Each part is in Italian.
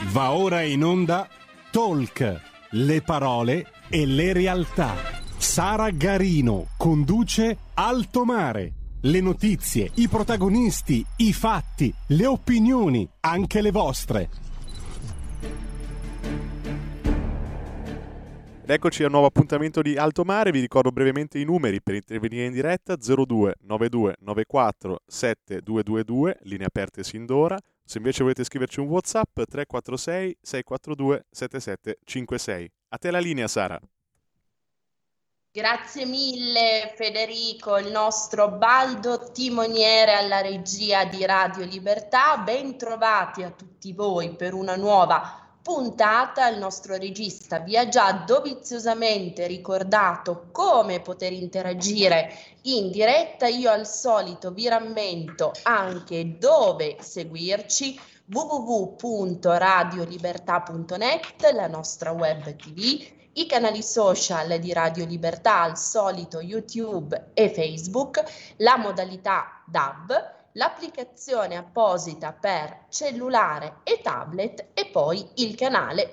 Va ora in onda Talk, le parole e le realtà. Sara Garino conduce Alto Mare. Le notizie, i protagonisti, i fatti, le opinioni, anche le vostre. Ed eccoci al nuovo appuntamento di Alto Mare. Vi ricordo brevemente i numeri per intervenire in diretta: 02 92 94 7222, linee aperte sin d'ora. Se invece volete scriverci un WhatsApp, 346 642 7756. A te la linea, Sara. Grazie mille Federico, il nostro baldo timoniere alla regia di Radio Libertà. Ben trovati a tutti voi per una nuova puntata. Il nostro regista vi ha già doviziosamente ricordato come poter interagire in diretta. Io al solito vi rammento anche dove seguirci: www.radiolibertà.net, la nostra web TV, i canali social di Radio Libertà, al solito YouTube e Facebook, la modalità DAB, l'applicazione apposita per cellulare e tablet e poi il canale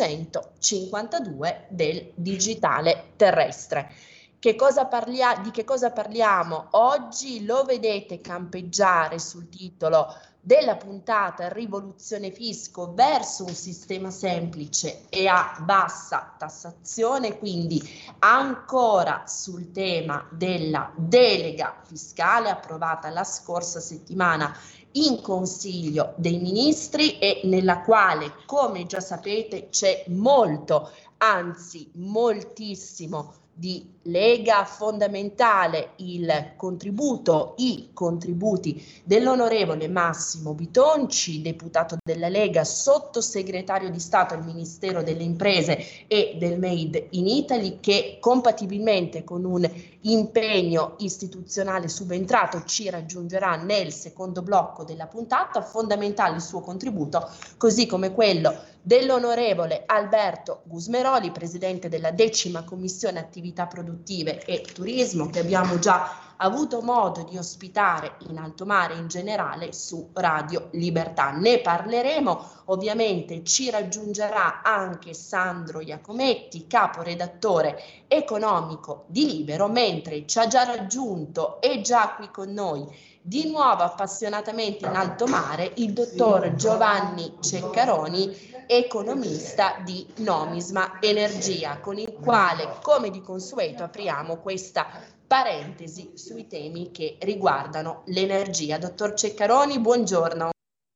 252 del digitale terrestre. Di che cosa parliamo oggi? Lo vedete campeggiare sul titolo della puntata: rivoluzione fisco verso un sistema semplice e a bassa tassazione. Quindi ancora sul tema della delega fiscale approvata la scorsa settimana in Consiglio dei Ministri, e nella quale, come già sapete, c'è molto, anzi moltissimo di Lega. Fondamentale i contributi dell'onorevole Massimo Bitonci, deputato della Lega, sottosegretario di Stato al Ministero delle Imprese e del Made in Italy, che compatibilmente con un impegno istituzionale subentrato ci raggiungerà nel secondo blocco della puntata. Fondamentale il suo contributo, così come quello dell'onorevole Alberto Gusmeroli, presidente della 10ª Commissione Attività Produttive e Turismo, che abbiamo già avuto modo di ospitare in Alto Mare in generale su Radio Libertà. Ne parleremo. Ovviamente ci raggiungerà anche Sandro Iacometti, caporedattore economico di Libero, mentre ci ha già raggiunto e già qui con noi di nuovo appassionatamente in Alto Mare il dottor Giovanni Ceccaroni, economista di Nomisma Energia, con il quale, come di consueto, apriamo questa parentesi sui temi che riguardano l'energia. Dottor Ceccaroni, buongiorno.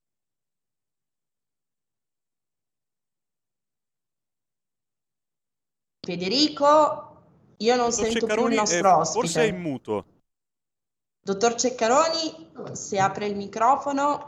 Federico, io non sento Ceccaroni, più il nostro ospite. Forse è in muto. Dottor Ceccaroni, se apre il microfono.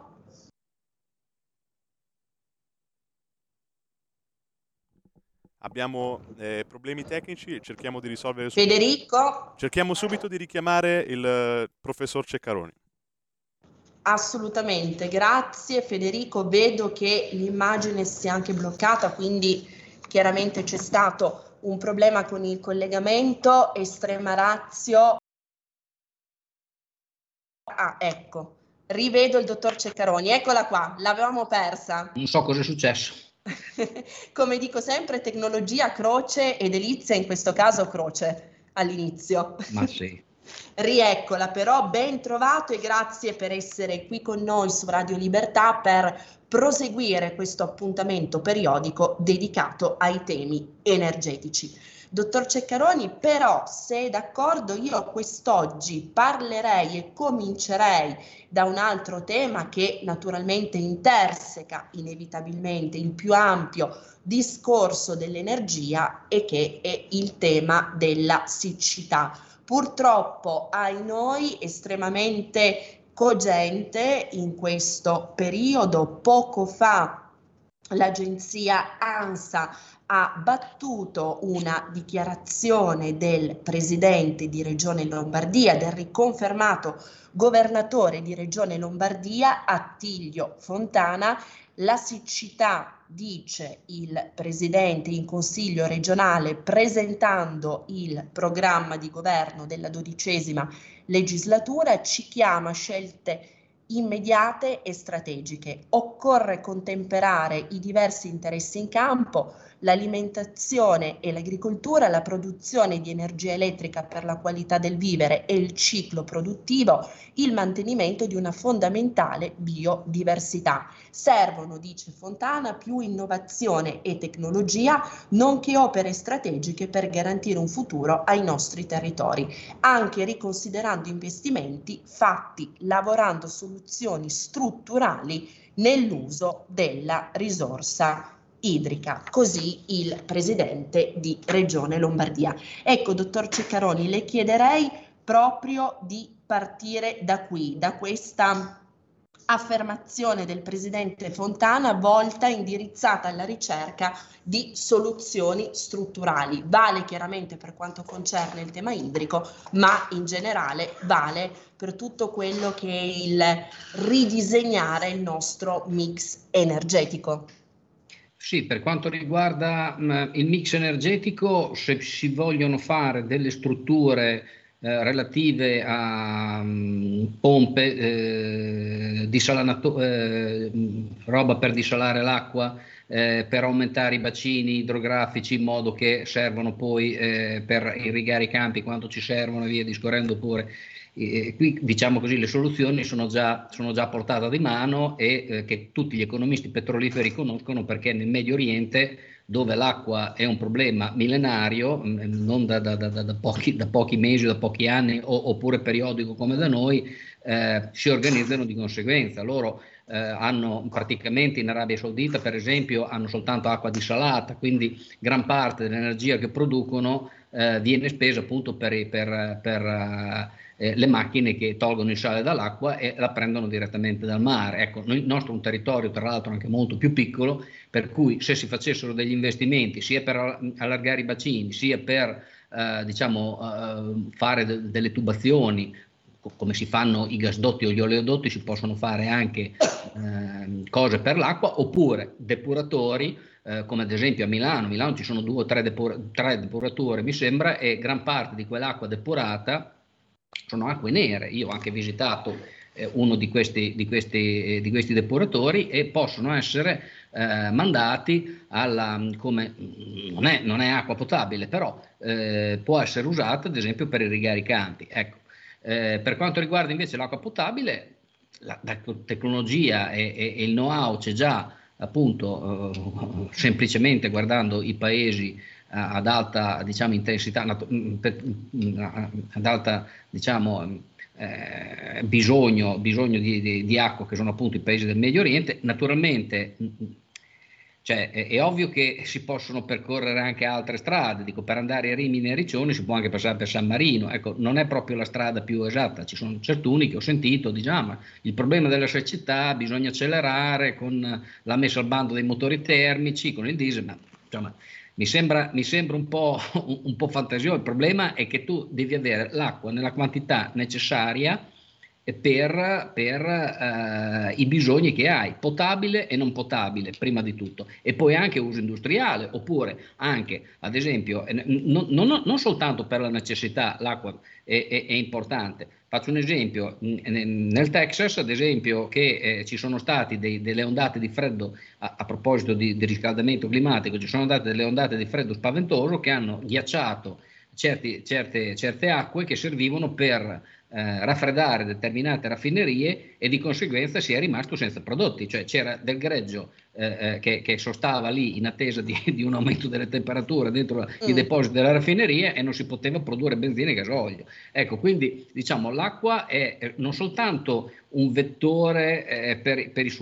Abbiamo problemi tecnici, cerchiamo di risolvere subito. Federico? Cerchiamo subito di richiamare il professor Ceccaroni. Assolutamente, grazie Federico. Vedo che l'immagine si è anche bloccata, quindi chiaramente c'è stato un problema con il collegamento. Estrema ratio. Ah, ecco, rivedo il dottor Ceccaroni. Eccola qua, l'avevamo persa. Non so cosa è successo. Come dico sempre, tecnologia, croce e delizia, in questo caso croce all'inizio. Ma sì. Rieccola però, ben trovato, e grazie per essere qui con noi su Radio Libertà per proseguire questo appuntamento periodico dedicato ai temi energetici. Dottor Ceccaroni, però, se è d'accordo, io quest'oggi parlerei e comincerei da un altro tema che naturalmente interseca inevitabilmente il più ampio discorso dell'energia, e che è il tema della siccità. Purtroppo, ai noi, estremamente cogente in questo periodo. Poco fa l'agenzia ANSA ha battuto una dichiarazione del presidente di Regione Lombardia, del riconfermato governatore di Regione Lombardia, Attilio Fontana. La siccità, dice il presidente in consiglio regionale presentando il programma di governo della 12ª legislatura, ci chiama a scelte immediate e strategiche. Occorre contemperare i diversi interessi in campo, l'alimentazione e l'agricoltura, la produzione di energia elettrica per la qualità del vivere e il ciclo produttivo, il mantenimento di una fondamentale biodiversità. Servono, dice Fontana, più innovazione e tecnologia, nonché opere strategiche per garantire un futuro ai nostri territori, anche riconsiderando investimenti fatti lavorando soluzioni strutturali nell'uso della risorsa idrica. Così il presidente di Regione Lombardia. Ecco, dottor Ceccaroni, le chiederei proprio di partire da qui, da questa affermazione del presidente Fontana volta indirizzata alla ricerca di soluzioni strutturali. Vale chiaramente per quanto concerne il tema idrico, ma in generale vale per tutto quello che è il ridisegnare il nostro mix energetico. Sì, per quanto riguarda il mix energetico, se si vogliono fare delle strutture relative a pompe, roba per disalare l'acqua, per aumentare i bacini idrografici in modo che servono poi per irrigare i campi quando ci servono e via discorrendo pure. Qui diciamo così le soluzioni sono già portate di mano e che tutti gli economisti petroliferi conoscono, perché nel Medio Oriente, dove l'acqua è un problema millenario, non da pochi mesi, da pochi anni oppure periodico come da noi, si organizzano di conseguenza. Loro hanno praticamente in Arabia Saudita, per esempio, hanno soltanto acqua disalata, quindi gran parte dell'energia che producono viene spesa appunto per le macchine che tolgono il sale dall'acqua e la prendono direttamente dal mare. Ecco, il nostro è un territorio tra l'altro anche molto più piccolo, per cui se si facessero degli investimenti sia per allargare i bacini, sia per fare delle tubazioni, come si fanno i gasdotti o gli oleodotti, si possono fare anche cose per l'acqua, oppure depuratori, come ad esempio a Milano. A Milano ci sono 2 o 3 depuratori, mi sembra, e gran parte di quell'acqua depurata sono acque nere. Io ho anche visitato uno di questi depuratori e possono essere mandati come non è acqua potabile, però può essere usata ad esempio per irrigare i campi. Ecco. Per quanto riguarda invece l'acqua potabile, la tecnologia e il know-how c'è già, appunto, semplicemente guardando i paesi ad alta, diciamo, intensità, ad alta, diciamo, bisogno di acqua, che sono appunto i paesi del Medio Oriente. Naturalmente, cioè, è ovvio che si possono percorrere anche altre strade. Dico, per andare a Rimini e Riccione si può anche passare per San Marino. Ecco, non è proprio la strada più esatta. Ci sono certuni che ho sentito, diciamo, il problema della siccità, bisogna accelerare con la messa al bando dei motori termici, con il diesel, ma insomma mi sembra un po' fantasioso. Il problema è che tu devi avere l'acqua nella quantità necessaria per i bisogni che hai, potabile e non potabile prima di tutto, e poi anche uso industriale, oppure anche ad esempio non soltanto per la necessità. L'acqua è importante. Faccio un esempio: nel Texas ad esempio, che ci sono state delle ondate di freddo, a proposito di riscaldamento climatico, ci sono state delle ondate di freddo spaventoso che hanno ghiacciato certe acque che servivano per raffreddare determinate raffinerie, e di conseguenza si è rimasto senza prodotti. Cioè c'era del greggio che sostava lì in attesa di un aumento delle temperature dentro i depositi della raffineria, e non si poteva produrre benzina e gasolio. Ecco, quindi diciamo l'acqua è non soltanto un vettore per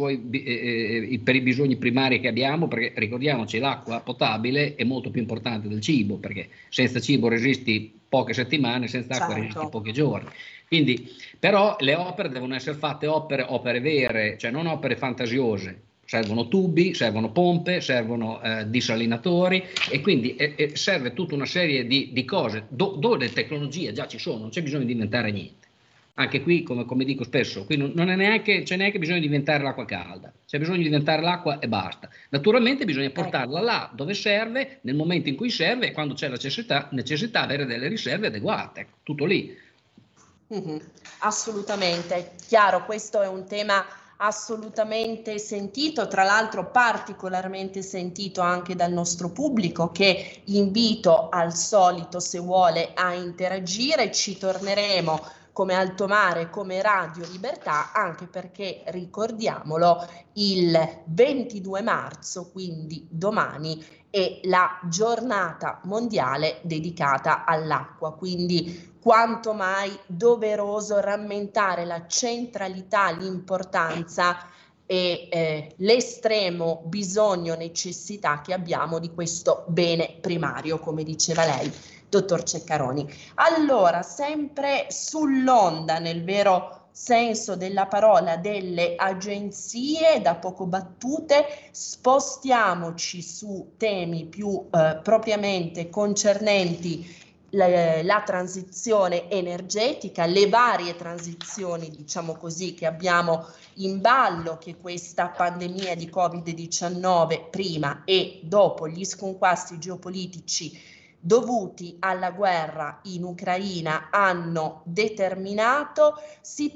i bisogni primari che abbiamo, perché ricordiamoci, l'acqua potabile è molto più importante del cibo, perché senza cibo resisti poche settimane, senza acqua resisti pochi giorni. Quindi, però le opere devono essere fatte opere vere, cioè non opere fantasiose. Servono tubi, servono pompe, servono disalinatori, e quindi serve tutta una serie di cose dove le tecnologie già ci sono, non c'è bisogno di inventare niente. Anche qui, come dico spesso, qui non c'è neanche bisogno di inventare l'acqua calda, c'è bisogno di inventare l'acqua e basta. Naturalmente bisogna portarla là dove serve, nel momento in cui serve, e quando c'è la necessità avere delle riserve adeguate. Ecco, tutto lì. Assolutamente, chiaro, questo è un tema assolutamente sentito, tra l'altro particolarmente sentito anche dal nostro pubblico, che invito al solito, se vuole, a interagire. Ci torneremo come Alto Mare, come Radio Libertà, anche perché, ricordiamolo, il 22 marzo, quindi domani, è la giornata mondiale dedicata all'acqua, quindi quanto mai doveroso rammentare la centralità, l'importanza e l'estremo bisogno, necessità che abbiamo di questo bene primario, come diceva lei, dottor Ceccaroni. Allora, sempre sull'onda, nel vero senso della parola, delle agenzie da poco battute, spostiamoci su temi più propriamente concernenti la transizione energetica, le varie transizioni, diciamo così, che abbiamo in ballo, che questa pandemia di Covid-19 prima e dopo gli sconquassi geopolitici dovuti alla guerra in Ucraina hanno determinato. Si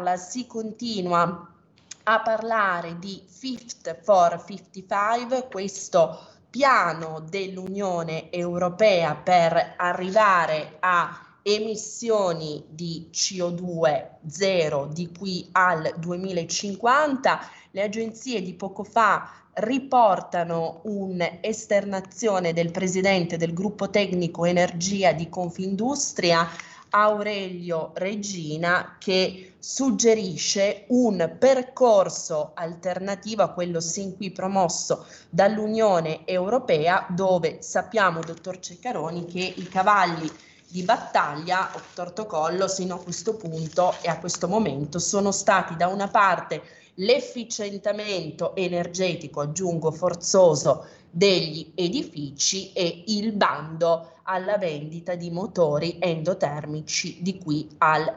continua a parlare di Fit for 55, questo piano dell'Unione Europea per arrivare a emissioni di CO2 zero di qui al 2050. Le agenzie di poco fa riportano un'esternazione del presidente del gruppo tecnico energia di Confindustria, Aurelio Regina, che suggerisce un percorso alternativo a quello sin qui promosso dall'Unione Europea, dove sappiamo, dottor Ceccaroni, che i cavalli di battaglia, obtorto collo, sino a questo punto e a questo momento sono stati da una parte l'efficientamento energetico, aggiungo forzoso, degli edifici e il bando alla vendita di motori endotermici di qui al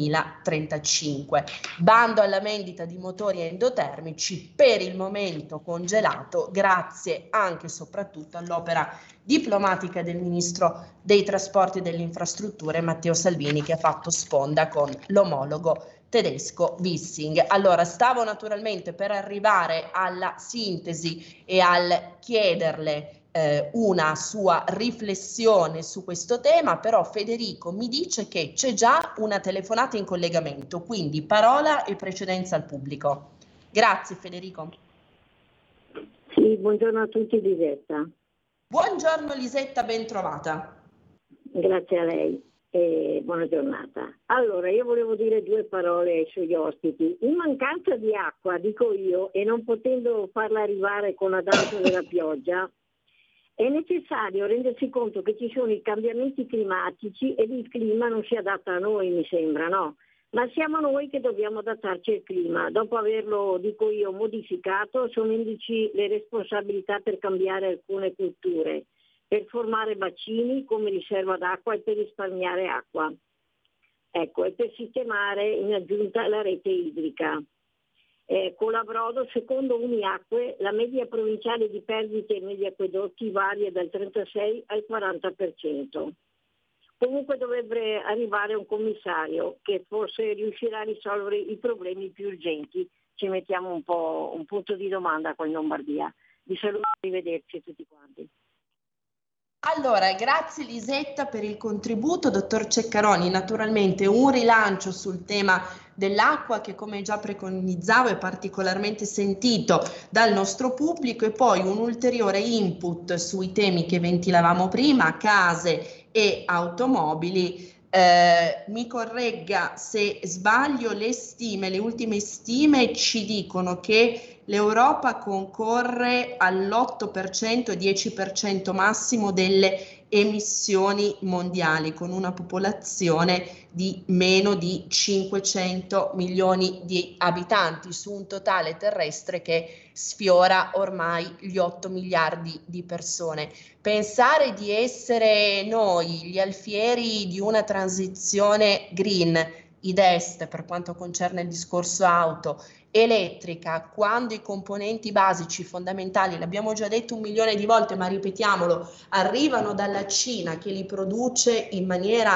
2035. Bando alla vendita di motori endotermici per il momento congelato, grazie anche e soprattutto all'opera diplomatica del Ministro dei Trasporti e delle Infrastrutture Matteo Salvini, che ha fatto sponda con l'omologo tedesco Wissing. Allora, stavo naturalmente per arrivare alla sintesi e al chiederle una sua riflessione su questo tema, però Federico mi dice che c'è già una telefonata in collegamento, quindi parola e precedenza al pubblico. Grazie Federico. Sì, buongiorno a tutti, Lisetta. Buongiorno Lisetta, ben trovata. Grazie a lei. Buona giornata. Allora, io volevo dire due parole ai suoi ospiti. In mancanza di acqua, dico io, e non potendo farla arrivare con la danza della pioggia, è necessario rendersi conto che ci sono i cambiamenti climatici ed il clima non si adatta a noi, mi sembra, no? Ma siamo noi che dobbiamo adattarci al clima. Dopo averlo, dico io, modificato, sono indici le responsabilità per cambiare alcune culture, per formare bacini come riserva d'acqua e per risparmiare acqua. Ecco, e per sistemare in aggiunta la rete idrica. Con l'Abrodo, secondo Uniacque, la media provinciale di perdite negli acquedotti varia dal 36 al 40%. Comunque dovrebbe arrivare un commissario che forse riuscirà a risolvere i problemi più urgenti. Ci mettiamo un punto di domanda qua in Lombardia. Vi saluto, arrivederci a tutti quanti. Allora, grazie Lisetta per il contributo, dottor Ceccaroni. Naturalmente un rilancio sul tema dell'acqua che, come già preconizzavo, è particolarmente sentito dal nostro pubblico, e poi un ulteriore input sui temi che ventilavamo prima, case e automobili. Mi corregga se sbaglio, le ultime stime ci dicono che l'Europa concorre all'8%, 10% massimo delle emissioni mondiali, con una popolazione di meno di 500 milioni di abitanti su un totale terrestre che sfiora ormai gli 8 miliardi di persone. Pensare di essere noi gli alfieri di una transizione green, id-est per quanto concerne il discorso auto, elettrica, quando i componenti basici fondamentali, l'abbiamo già detto 1 milione di volte, ma ripetiamolo, arrivano dalla Cina che li produce in maniera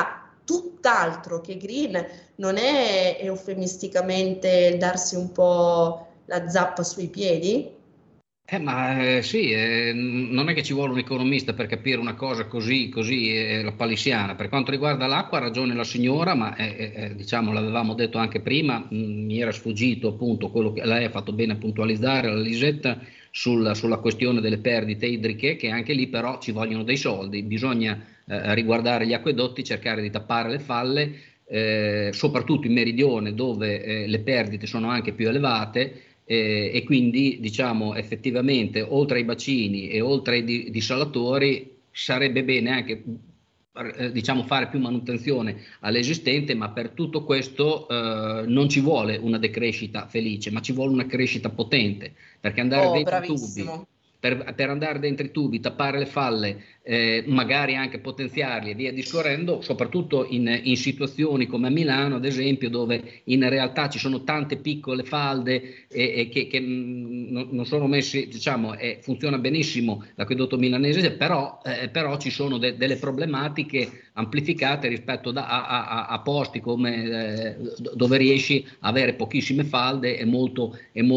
tutt'altro che green, non è eufemisticamente darsi un po' la zappa sui piedi? Sì, non è che ci vuole un economista per capire una cosa così la palissiana. Per quanto riguarda l'acqua, ha ragione la signora, ma diciamo, l'avevamo detto anche prima, mi era sfuggito appunto quello che lei ha fatto bene a puntualizzare, la Lisetta, sulla questione delle perdite idriche, che anche lì però ci vogliono dei soldi, bisogna riguardare gli acquedotti, cercare di tappare le falle, soprattutto in meridione dove le perdite sono anche più elevate. E quindi diciamo effettivamente oltre ai bacini e oltre ai dissalatori sarebbe bene anche diciamo fare più manutenzione all'esistente, ma per tutto questo non ci vuole una decrescita felice, ma ci vuole una crescita potente, perché andare dentro i tubi, per andare dentro i tubi, tappare le falle, magari anche potenziarli e via discorrendo, soprattutto in situazioni come a Milano ad esempio, dove in realtà ci sono tante piccole falde che non sono messi, diciamo, funziona benissimo l'acquedotto milanese, però ci sono delle problematiche amplificate rispetto a posti come dove riesci a avere pochissime falde e molto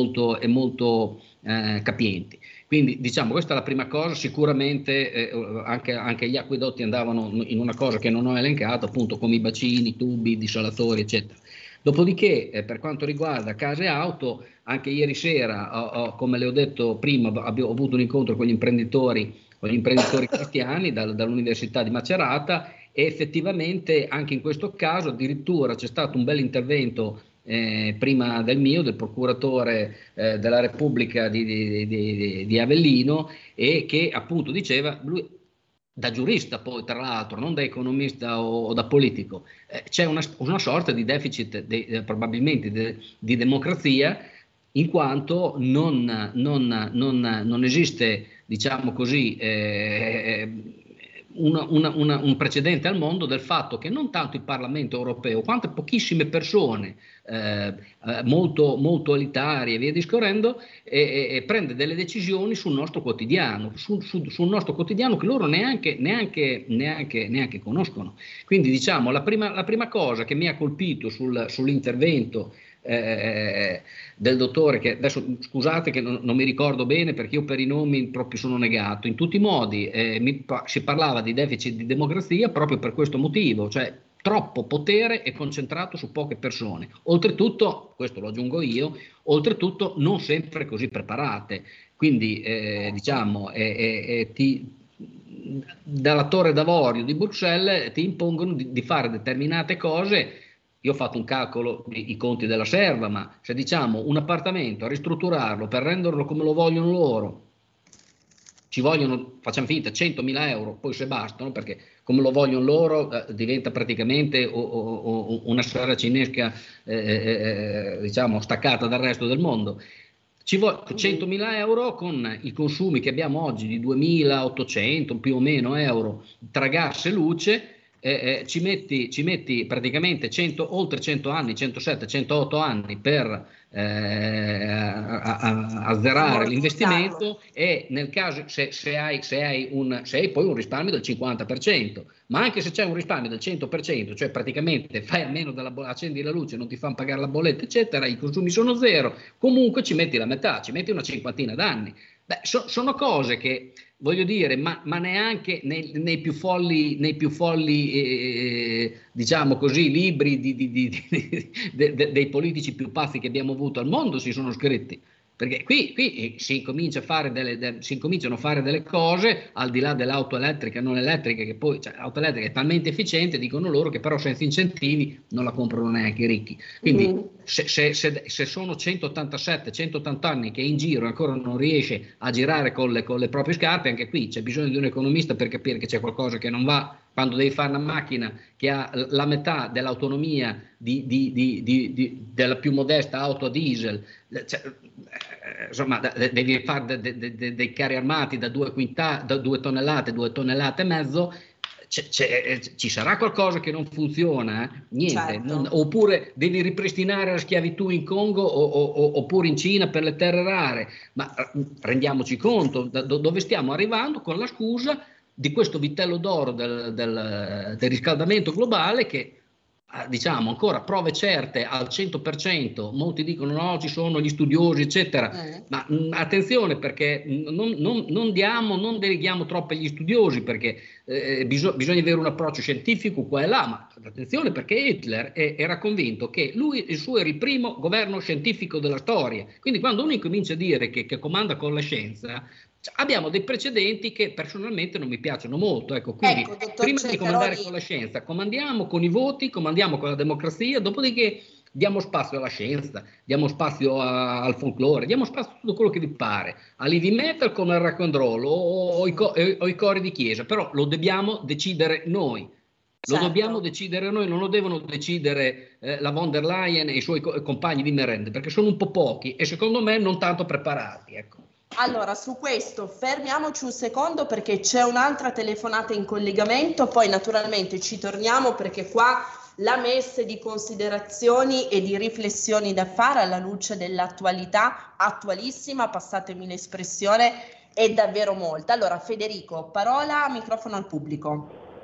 capienti. Quindi diciamo questa è la prima cosa. Sicuramente anche gli acquedotti andavano in una cosa che non ho elencato, appunto come i bacini, i tubi, i dissalatori eccetera. Dopodiché per quanto riguarda case e auto, anche ieri sera come le ho detto prima ho avuto un incontro con gli imprenditori cristiani dall'Università di Macerata, e effettivamente anche in questo caso addirittura c'è stato un bel intervento prima del procuratore della Repubblica di Avellino, e che appunto diceva, lui da giurista poi tra l'altro, non da economista o da politico, c'è una sorta di deficit probabilmente di democrazia, in quanto non esiste, diciamo così, un precedente al mondo del fatto che non tanto il Parlamento europeo quanto pochissime persone molto elitarie e via discorrendo prende delle decisioni sul nostro quotidiano, sul nostro quotidiano che loro neanche conoscono. Quindi diciamo la prima cosa che mi ha colpito sull'intervento del dottore, che adesso scusate che non mi ricordo bene perché io per i nomi proprio sono negato, in tutti i modi si parlava di deficit di democrazia proprio per questo motivo, cioè troppo potere è concentrato su poche persone, oltretutto, questo lo aggiungo io, oltretutto non sempre così preparate, quindi diciamo dalla Torre d'Avorio di Bruxelles ti impongono di fare determinate cose. Io ho fatto un calcolo, i conti della serva, ma se diciamo un appartamento a ristrutturarlo per renderlo come lo vogliono loro, ci vogliono, facciamo finta, 100.000 euro, poi se bastano, perché come lo vogliono loro diventa praticamente una saracinesca diciamo staccata dal resto del mondo. Ci vogliono 100.000 euro con i consumi che abbiamo oggi di 2.800 più o meno euro tra gas e luce. Ci metti praticamente oltre 100 anni, 107, 108 anni per azzerare l'investimento, e nel caso se hai poi un risparmio del 50%, ma anche se c'è un risparmio del 100%, cioè praticamente fai a meno accendi la luce, non ti fanno pagare la bolletta eccetera, i consumi sono zero, comunque ci metti la metà, ci metti una cinquantina d'anni. Sono cose che, voglio dire, ma neanche nei più folli diciamo così, libri dei politici più pazzi che abbiamo avuto al mondo si sono scritti. Perché qui si cominciano a fare delle cose al di là dell'auto elettrica, non elettrica, che poi l'auto elettrica è talmente efficiente, dicono loro, che però senza incentivi non la comprano neanche i ricchi. Quindi se sono 180 anni che è in giro e ancora non riesce a girare con le proprie scarpe, anche qui c'è bisogno di un economista per capire che c'è qualcosa che non va. Quando devi fare una macchina che ha la metà dell'autonomia della più modesta auto a diesel, insomma devi fare dei carri armati da 2 tonnellate, 2 tonnellate e mezzo, ci sarà qualcosa che non funziona, niente, certo. Oppure devi ripristinare la schiavitù in Congo oppure in Cina per le terre rare, ma rendiamoci conto dove stiamo arrivando con la scusa di questo vitello d'oro del riscaldamento globale che diciamo ancora prove certe al 100%, molti dicono no, ci sono gli studiosi eccetera, ma attenzione, perché non deleghiamo troppo agli studiosi, perché bisogna avere un approccio scientifico qua e là, ma attenzione, perché Hitler era convinto che il suo era il primo governo scientifico della storia, quindi quando uno incomincia a dire che comanda con la scienza, abbiamo dei precedenti che personalmente non mi piacciono molto, ecco, quindi prima di comandare con la scienza, comandiamo con i voti, comandiamo con la democrazia, dopodiché diamo spazio alla scienza, diamo spazio al folklore, diamo spazio a tutto quello che vi pare, all'heavy metal come al rock and roll o i cori di chiesa, però lo dobbiamo decidere noi. Lo dobbiamo decidere noi, non lo devono decidere la von der Leyen e i suoi compagni di merende, perché sono un po' pochi e secondo me non tanto preparati, ecco. Allora, su questo fermiamoci un secondo perché c'è un'altra telefonata in collegamento, poi naturalmente ci torniamo perché qua la messe di considerazioni e di riflessioni da fare alla luce dell'attualità, attualissima, passatemi l'espressione, è davvero molta. Allora, Federico, parola, microfono al pubblico.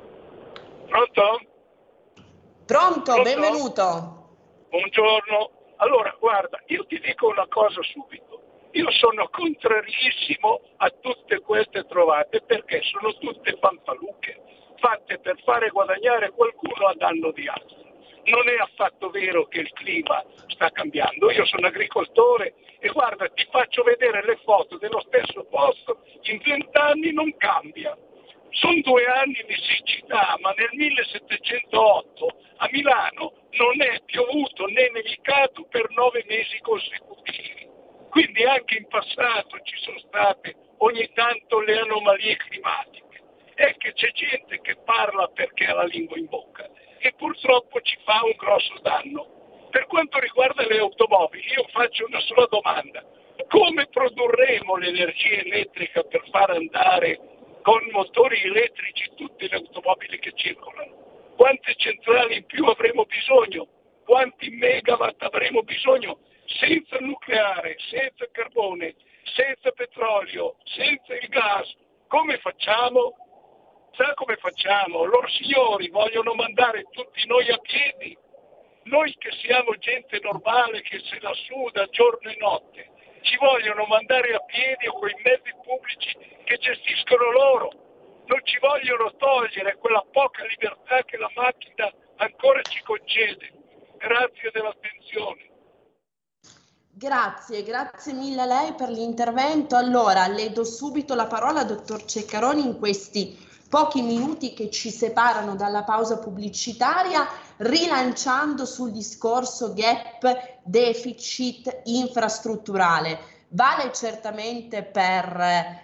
Pronto? Pronto? Benvenuto. Buongiorno. Allora, guarda, io ti dico una cosa subito. Io sono contrarissimo a tutte queste trovate perché sono tutte fanfaluche fatte per fare guadagnare qualcuno a danno di altri. Non è affatto vero che il clima sta cambiando. Io sono agricoltore e guarda, ti faccio vedere le foto dello stesso posto, in 20 anni non cambia. Sono 2 anni di siccità, ma nel 1708 a Milano non è piovuto né nevicato per 9 mesi consecutivi. Quindi anche in passato ci sono state ogni tanto le anomalie climatiche. È che c'è gente che parla perché ha la lingua in bocca e purtroppo ci fa un grosso danno. Per quanto riguarda le automobili, io faccio una sola domanda. Come produrremo l'energia elettrica per far andare con motori elettrici tutte le automobili che circolano? Quante centrali in più avremo bisogno? Quanti megawatt avremo bisogno? Senza nucleare, senza carbone, senza petrolio, senza il gas, come facciamo? Sa come facciamo? Loro signori vogliono mandare tutti noi a piedi, noi che siamo gente normale che se la suda giorno e notte, ci vogliono mandare a piedi o con i mezzi pubblici che gestiscono loro, non ci vogliono togliere quella poca libertà che la macchina ancora ci concede. Grazie dell'attenzione. Grazie mille a lei per l'intervento. Allora, le do subito la parola al dottor Ceccaroni in questi pochi minuti che ci separano dalla pausa pubblicitaria, rilanciando sul discorso gap deficit infrastrutturale. Vale certamente per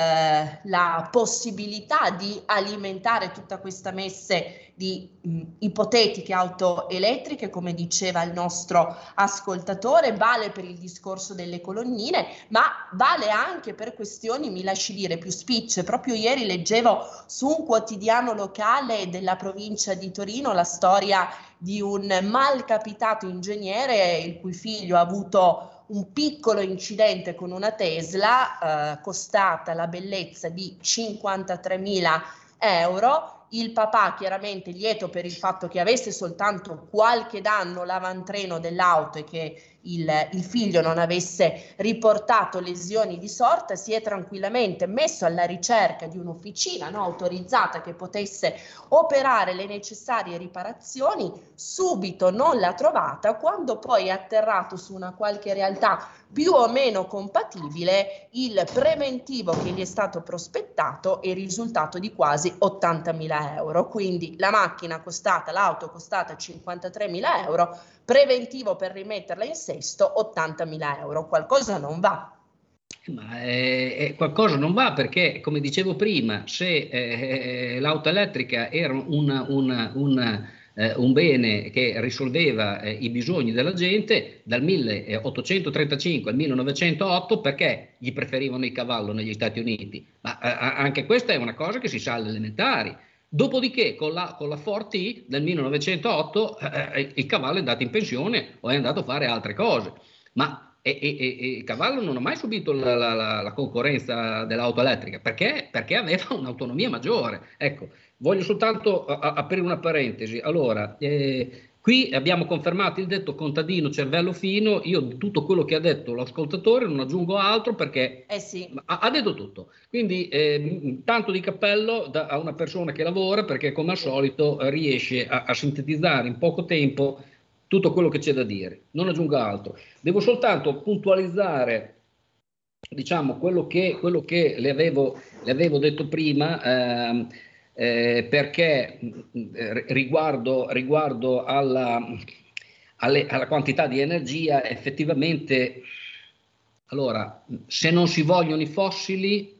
la possibilità di alimentare tutta questa messe di ipotetiche auto elettriche, come diceva il nostro ascoltatore, vale per il discorso delle colonnine, ma vale anche per questioni, mi lasci dire, più spicce. Proprio ieri leggevo su un quotidiano locale della provincia di Torino la storia di un malcapitato ingegnere il cui figlio ha avuto un piccolo incidente con una Tesla, costata la bellezza di 53.000 euro. Il papà, chiaramente lieto per il fatto che avesse soltanto qualche danno l'avantreno dell'auto e che il figlio non avesse riportato lesioni di sorta, si è tranquillamente messo alla ricerca di un'officina autorizzata che potesse operare le necessarie riparazioni. Subito non l'ha trovata, quando poi è atterrato su una qualche realtà più o meno compatibile, il preventivo che gli è stato prospettato è il risultato di quasi 80.000 euro. Quindi la macchina costata, l'auto costata 53.000 euro, preventivo per rimetterla in sesto 80.000 euro. Qualcosa non va. Ma qualcosa non va perché, come dicevo prima, se l'auto elettrica era un bene che risolveva i bisogni della gente dal 1835 al 1908, perché gli preferivano il cavallo negli Stati Uniti? Ma anche questa è una cosa che si sa alle elementari. Dopodiché con la Ford T del 1908 il cavallo è andato in pensione o è andato a fare altre cose. Ma E Cavallo non ha mai subito la concorrenza dell'auto elettrica perché aveva un'autonomia maggiore. Ecco, voglio soltanto aprire una parentesi. Allora, qui abbiamo confermato il detto contadino, cervello fino. Io di tutto quello che ha detto l'ascoltatore non aggiungo altro perché sì. ha detto tutto. Quindi tanto di cappello a una persona che lavora perché come al solito riesce a sintetizzare in poco tempo tutto quello che c'è da dire. Non aggiungo altro. Devo soltanto puntualizzare, diciamo, quello che le avevo detto prima, perché riguardo alla quantità di energia, effettivamente, allora, se non si vogliono i fossili,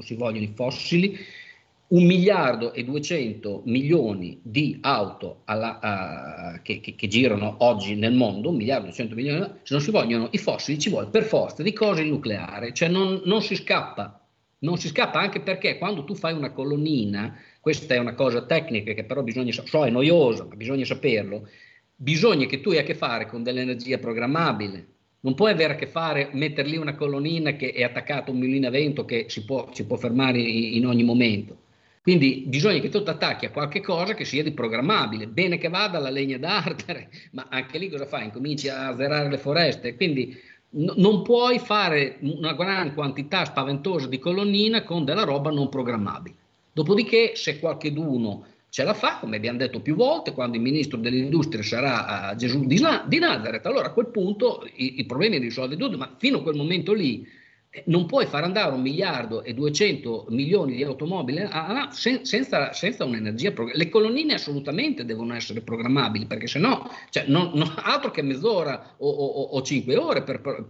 1 miliardo e 200 milioni di auto che girano oggi nel mondo, 1 miliardo e 200 milioni, se non si vogliono i fossili ci vuole per forza di cose il nucleare, cioè non si scappa, anche perché quando tu fai una colonnina, questa è una cosa tecnica che però è noiosa, ma bisogna saperlo, bisogna che tu hai a che fare con dell'energia programmabile. Non puoi avere a che fare, mettere lì una colonnina che è attaccata a un mulino a vento che si può fermare in ogni momento. Quindi bisogna che tu ti attacchi a qualche cosa che sia di programmabile. Bene che vada la legna d'arte, ma anche lì cosa fai? Incominci a azzerare le foreste. Quindi non puoi fare una gran quantità spaventosa di colonnina con della roba non programmabile. Dopodiché, se qualcheduno ce la fa, come abbiamo detto più volte, quando il ministro dell'industria sarà Gesù di Nazareth, allora a quel punto i problemi li risolve tutto, ma fino a quel momento lì non puoi far andare 1 miliardo e 200 milioni di automobili senza un'energia. Le colonnine assolutamente devono essere programmabili, perché se no, cioè, altro che mezz'ora o 5 ore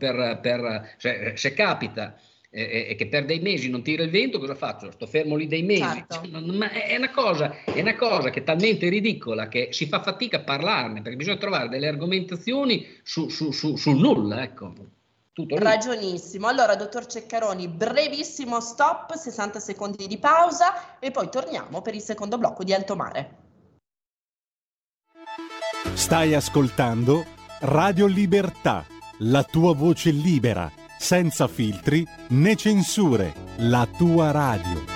se capita e che per dei mesi non tira il vento, cosa faccio? Sto fermo lì dei mesi. Certo. Ma è una cosa che è talmente ridicola che si fa fatica a parlarne, perché bisogna trovare delle argomentazioni sul nulla, ecco. Tutto lì. Ragionissimo. Allora, dottor Ceccaroni, brevissimo stop, 60 secondi di pausa e poi torniamo per il secondo blocco di Alto Mare. Stai ascoltando Radio Libertà, la tua voce libera, senza filtri né censure, la tua radio.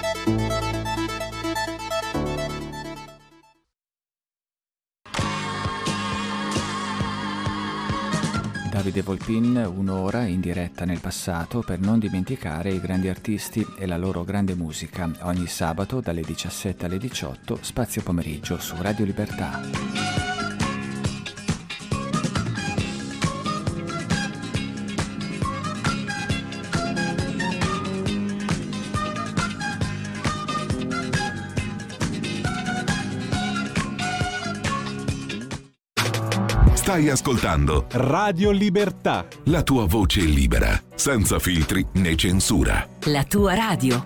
Davide Volpin, un'ora in diretta nel passato per non dimenticare i grandi artisti e la loro grande musica, ogni sabato dalle 17 alle 18, spazio pomeriggio su Radio Libertà. Stai ascoltando Radio Libertà, la tua voce libera, senza filtri né censura. La tua radio.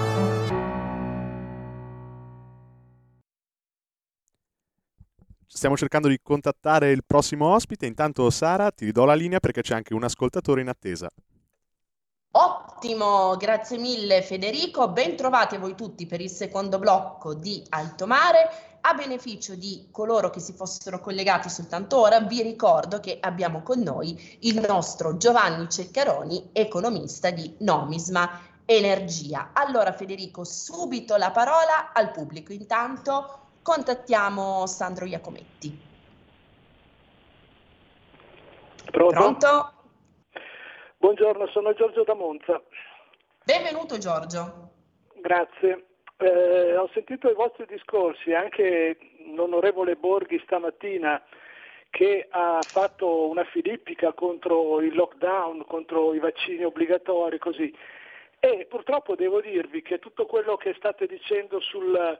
Stiamo cercando di contattare il prossimo ospite. Intanto, Sara, ti ridò la linea perché c'è anche un ascoltatore in attesa. Ottimo, grazie mille Federico, ben trovati voi tutti per il secondo blocco di Alto Mare. A beneficio di coloro che si fossero collegati soltanto ora, vi ricordo che abbiamo con noi il nostro Giovanni Ceccaroni, economista di Nomisma Energia. Allora Federico, subito la parola al pubblico, intanto contattiamo Sandro Iacometti. Pronto? Buongiorno, sono Giorgio da Monza. Benvenuto Giorgio. Grazie. Ho sentito i vostri discorsi, anche l'onorevole Borghi stamattina che ha fatto una filippica contro il lockdown, contro i vaccini obbligatori, così. E purtroppo devo dirvi che tutto quello che state dicendo sulle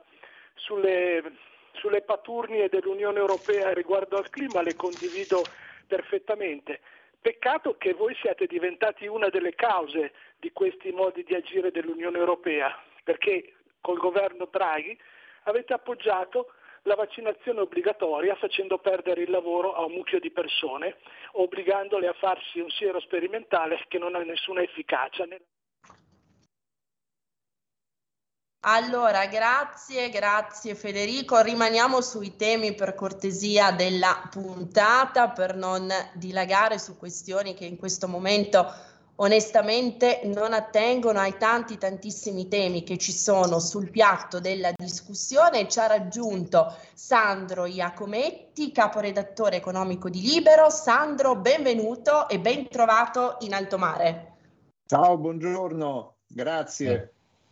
paturnie dell'Unione Europea riguardo al clima le condivido perfettamente. Peccato che voi siate diventati una delle cause di questi modi di agire dell'Unione Europea, perché col governo Draghi avete appoggiato la vaccinazione obbligatoria facendo perdere il lavoro a un mucchio di persone, obbligandole a farsi un siero sperimentale che non ha nessuna efficacia. Allora, grazie Federico. Rimaniamo sui temi per cortesia della puntata per non dilagare su questioni che in questo momento onestamente non attengono ai tantissimi temi che ci sono sul piatto della discussione. Ci ha raggiunto Sandro Iacometti, caporedattore economico di Libero. Sandro, benvenuto e ben trovato in alto mare. Ciao, buongiorno, grazie.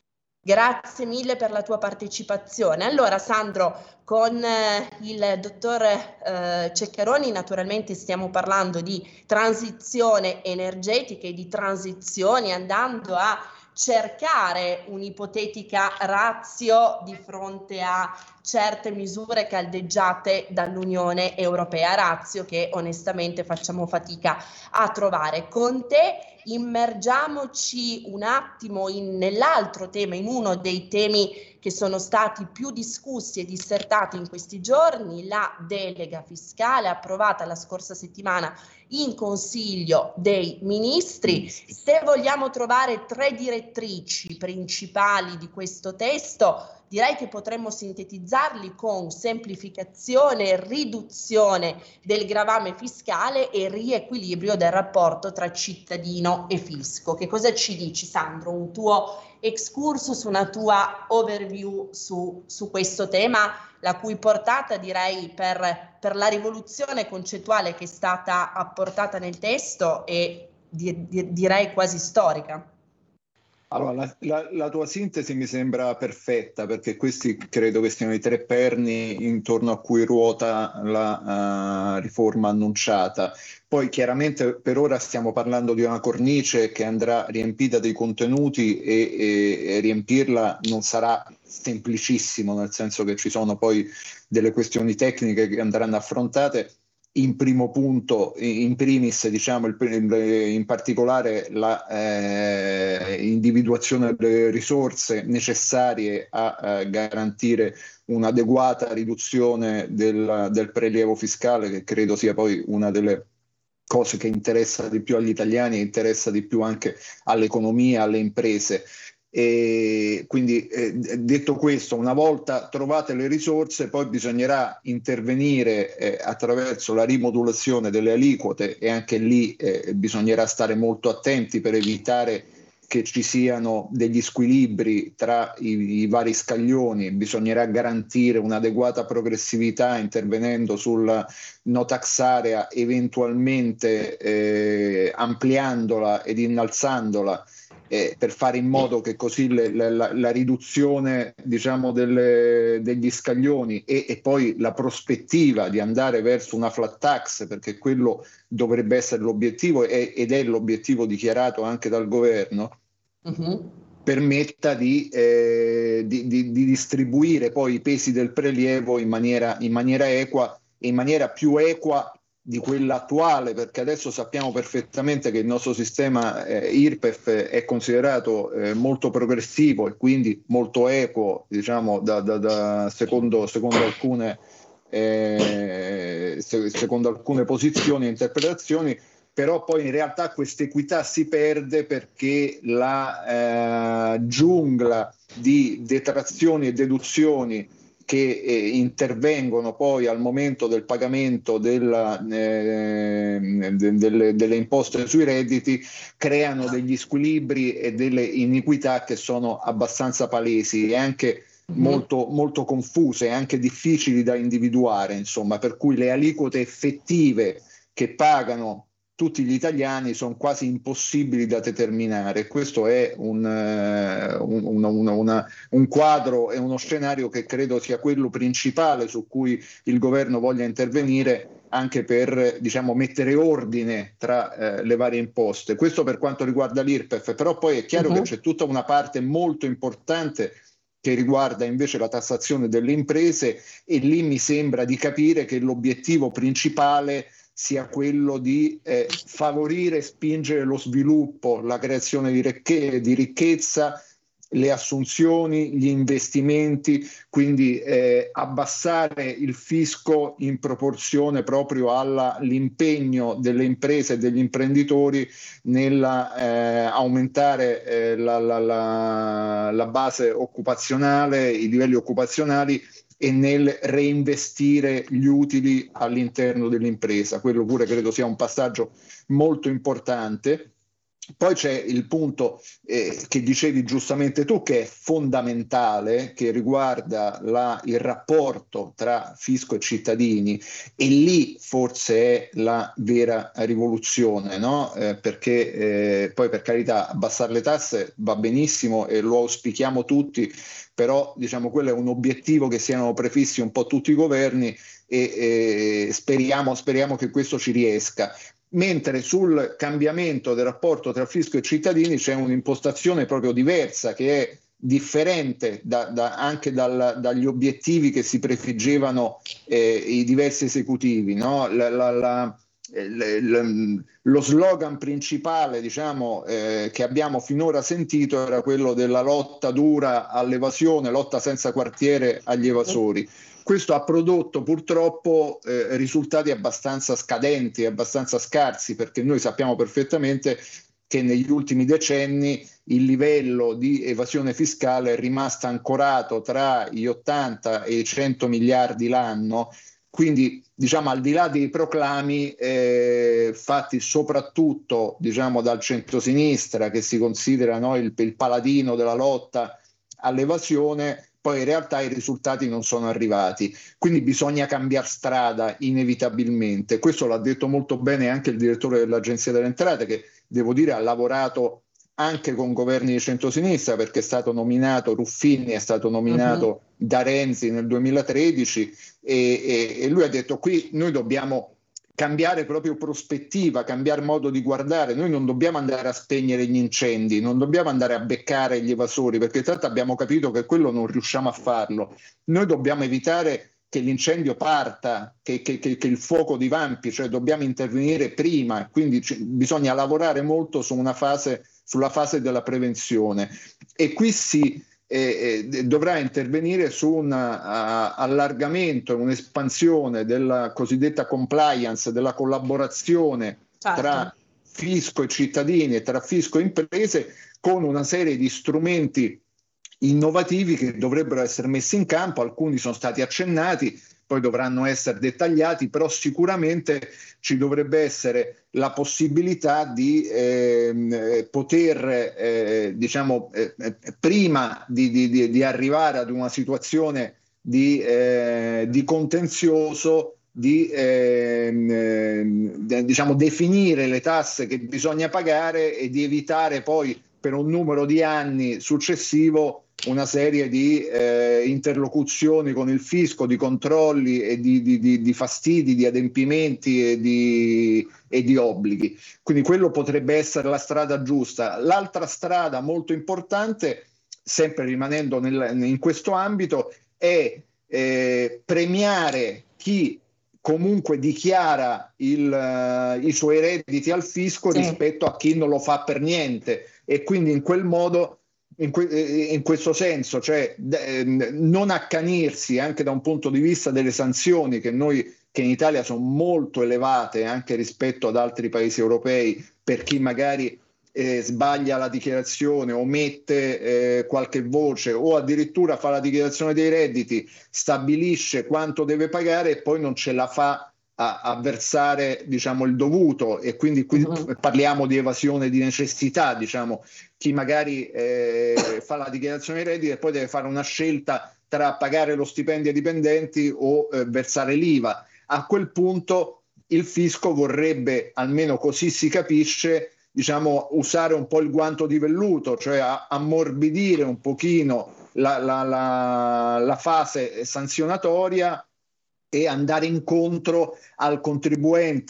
Grazie mille per la tua partecipazione. Allora Sandro, con il dottor Ceccaroni naturalmente stiamo parlando di transizione energetica e di transizioni, andando a cercare un'ipotetica ratio di fronte a certe misure caldeggiate dall'Unione Europea, ratio che onestamente facciamo fatica a trovare. Con te immergiamoci un attimo nell'altro tema, in uno dei temi che sono stati più discussi e dissertati in questi giorni, la delega fiscale approvata la scorsa settimana in Consiglio dei Ministri. Se vogliamo trovare 3 direttrici principali di questo testo, direi che potremmo sintetizzarli con semplificazione, riduzione del gravame fiscale e riequilibrio del rapporto tra cittadino e fisco. Che cosa ci dici, Sandro? Un tuo excursus, una tua overview su questo tema, la cui portata direi per la rivoluzione concettuale che è stata apportata nel testo è direi quasi storica. Allora, la tua sintesi mi sembra perfetta, perché questi credo che siano i 3 perni intorno a cui ruota la riforma annunciata. Poi chiaramente per ora stiamo parlando di una cornice che andrà riempita dei contenuti e riempirla non sarà semplicissimo, nel senso che ci sono poi delle questioni tecniche che andranno affrontate. In primo punto, in primis, diciamo, in particolare la individuazione delle risorse necessarie a garantire un'adeguata riduzione del prelievo fiscale, che credo sia poi una delle cose che interessa di più agli italiani e interessa di più anche all'economia, alle imprese. E quindi detto questo, una volta trovate le risorse poi bisognerà intervenire attraverso la rimodulazione delle aliquote, e anche lì bisognerà stare molto attenti per evitare che ci siano degli squilibri tra i vari scaglioni. Bisognerà garantire un'adeguata progressività intervenendo sul no tax area, eventualmente ampliandola ed innalzandola, per fare in modo che così la riduzione, diciamo, degli scaglioni e poi la prospettiva di andare verso una flat tax, perché quello dovrebbe essere l'obiettivo ed è l'obiettivo dichiarato anche dal governo, permetta di distribuire poi i pesi del prelievo in maniera equa, e in maniera più equa di quella attuale, perché adesso sappiamo perfettamente che il nostro sistema IRPEF è considerato molto progressivo e quindi molto equo, diciamo, secondo alcune posizioni e interpretazioni, però poi in realtà questa equità si perde perché la giungla di detrazioni e deduzioni che intervengono poi al momento del pagamento delle imposte sui redditi creano degli squilibri e delle iniquità che sono abbastanza palesi e anche molto, molto confuse e anche difficili da individuare, insomma, per cui le aliquote effettive che pagano tutti gli italiani sono quasi impossibili da determinare. Questo è un quadro e uno scenario che credo sia quello principale su cui il governo voglia intervenire, anche per, diciamo, mettere ordine tra le varie imposte. Questo per quanto riguarda l'IRPEF, però poi è chiaro che c'è tutta una parte molto importante che riguarda invece la tassazione delle imprese, e lì mi sembra di capire che l'obiettivo principale sia quello di favorire e spingere lo sviluppo, la creazione di ricchezza, le assunzioni, gli investimenti, quindi abbassare il fisco in proporzione proprio all'impegno delle imprese e degli imprenditori nell'aumentare la base occupazionale, i livelli occupazionali, e nel reinvestire gli utili all'interno dell'impresa. Quello pure credo sia un passaggio molto importante. Poi c'è il punto che dicevi giustamente tu, che è fondamentale, che riguarda il rapporto tra fisco e cittadini, e lì forse è la vera rivoluzione, no? Perché poi, per carità, abbassare le tasse va benissimo e lo auspichiamo tutti, però diciamo quello è un obiettivo che siano prefissi un po' tutti i governi, e speriamo che questo ci riesca. Mentre sul cambiamento del rapporto tra fisco e cittadini c'è un'impostazione proprio diversa, che è differente anche dagli obiettivi che si prefiggevano i diversi esecutivi, no? Lo slogan principale, diciamo, che abbiamo finora sentito era quello della lotta dura all'evasione, lotta senza quartiere agli evasori. Questo ha prodotto purtroppo risultati abbastanza scadenti, abbastanza scarsi, perché noi sappiamo perfettamente che negli ultimi decenni il livello di evasione fiscale è rimasto ancorato tra gli 80 e i 100 miliardi l'anno. Quindi, diciamo, al di là dei proclami fatti soprattutto, diciamo, dal centrosinistra, che si considera, no, il paladino della lotta all'evasione, poi in realtà i risultati non sono arrivati. Quindi bisogna cambiare strada inevitabilmente. Questo l'ha detto molto bene anche il direttore dell'Agenzia delle Entrate, che devo dire ha lavorato anche con governi di centrosinistra, perché è stato nominato, Ruffini è stato nominato da Renzi nel 2013, e lui ha detto: qui noi dobbiamo cambiare proprio prospettiva, cambiare modo di guardare. Noi non dobbiamo andare a spegnere gli incendi, non dobbiamo andare a beccare gli evasori, perché tanto abbiamo capito che quello non riusciamo a farlo. Noi dobbiamo evitare che l'incendio parta, che il fuoco divampi, cioè dobbiamo intervenire prima, quindi bisogna lavorare molto sulla fase della prevenzione, e qui si dovrà intervenire su un allargamento, un'espansione della cosiddetta compliance, della collaborazione tra fisco e cittadini e tra fisco e imprese, con una serie di strumenti innovativi che dovrebbero essere messi in campo. Alcuni sono stati accennati, poi dovranno essere dettagliati, però sicuramente ci dovrebbe essere la possibilità di poter, prima di arrivare ad una situazione di contenzioso, definire le tasse che bisogna pagare e di evitare poi per un numero di anni successivo una serie di interlocuzioni con il fisco, di controlli e di fastidi, di adempimenti e di obblighi. Quindi quello potrebbe essere la strada giusta. L'altra strada molto importante, sempre rimanendo in questo ambito, è premiare chi comunque dichiara i suoi redditi al fisco rispetto a chi non lo fa per niente, e quindi in quel modo, in questo senso, cioè non accanirsi anche da un punto di vista delle sanzioni, che in Italia sono molto elevate anche rispetto ad altri paesi europei, per chi magari sbaglia la dichiarazione, omette qualche voce, o addirittura fa la dichiarazione dei redditi, stabilisce quanto deve pagare e poi non ce la fa a versare, diciamo, il dovuto, e quindi qui parliamo di evasione di necessità, diciamo. Chi magari fa la dichiarazione dei redditi e poi deve fare una scelta tra pagare lo stipendio ai dipendenti o versare l'IVA. A quel punto il fisco vorrebbe, almeno così si capisce, diciamo, usare un po' il guanto di velluto, cioè ammorbidire un pochino la fase sanzionatoria e andare incontro al contribuente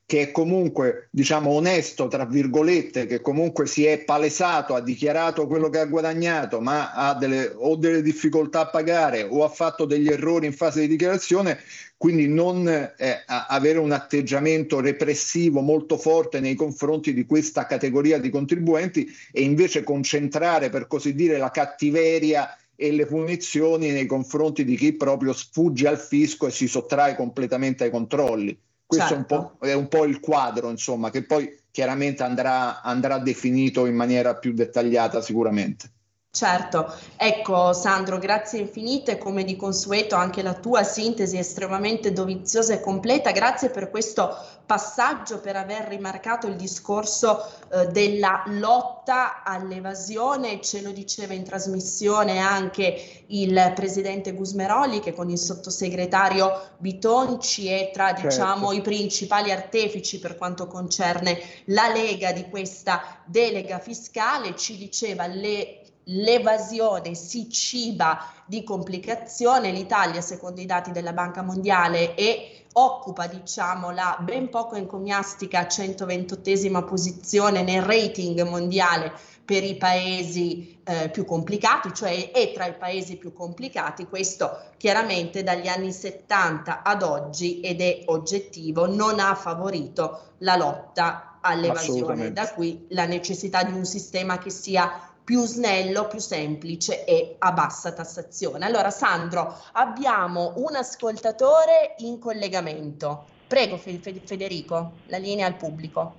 che è comunque, diciamo, onesto, tra virgolette, che comunque si è palesato, ha dichiarato quello che ha guadagnato, ma ha delle difficoltà a pagare o ha fatto degli errori in fase di dichiarazione, quindi non avere un atteggiamento repressivo molto forte nei confronti di questa categoria di contribuenti e invece concentrare, per così dire, la cattiveria e le punizioni nei confronti di chi proprio sfugge al fisco e si sottrae completamente ai controlli. Questo è un po' il quadro, insomma, che poi chiaramente andrà definito in maniera più dettagliata sicuramente. Certo, ecco Sandro, grazie infinite, come di consueto anche la tua sintesi estremamente doviziosa e completa, grazie per questo passaggio, per aver rimarcato il discorso della lotta all'evasione. Ce lo diceva in trasmissione anche il presidente Gusmeroli, che con il sottosegretario Bitonci è tra, diciamo, i principali artefici per quanto concerne la Lega di questa delega fiscale. Ci diceva l'evasione si ciba di complicazione. L'Italia, secondo i dati della Banca Mondiale, occupa, diciamo, la ben poco encomiastica 128esima posizione nel rating mondiale per i paesi più complicati, cioè è tra i paesi più complicati. Questo chiaramente dagli anni 70 ad oggi, ed è oggettivo, non ha favorito la lotta all'evasione. Da qui la necessità di un sistema che sia più snello, più semplice e a bassa tassazione. Allora Sandro, abbiamo un ascoltatore in collegamento. Prego Federico, la linea al pubblico.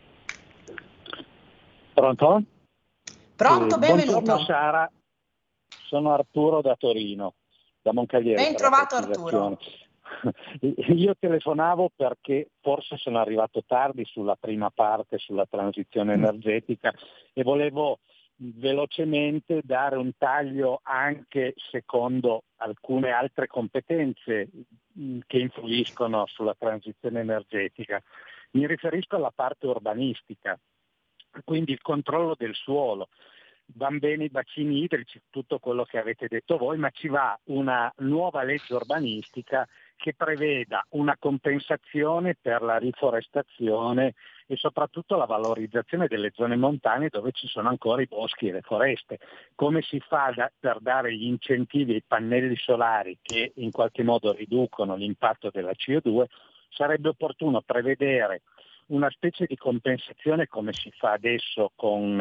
Pronto? Pronto, benvenuto. Buongiorno Sara, sono Arturo da Torino, da Moncalieri. Ben trovato Arturo. Io telefonavo perché forse sono arrivato tardi sulla prima parte, sulla transizione energetica, e volevo velocemente dare un taglio anche secondo alcune altre competenze che influiscono sulla transizione energetica. Mi riferisco alla parte urbanistica, quindi il controllo del suolo. Van bene i bacini idrici, tutto quello che avete detto voi, ma ci va una nuova legge urbanistica che preveda una compensazione per la riforestazione e soprattutto la valorizzazione delle zone montane dove ci sono ancora i boschi e le foreste. Come si fa per dare gli incentivi ai pannelli solari che in qualche modo riducono l'impatto della CO2, sarebbe opportuno prevedere una specie di compensazione come si fa adesso con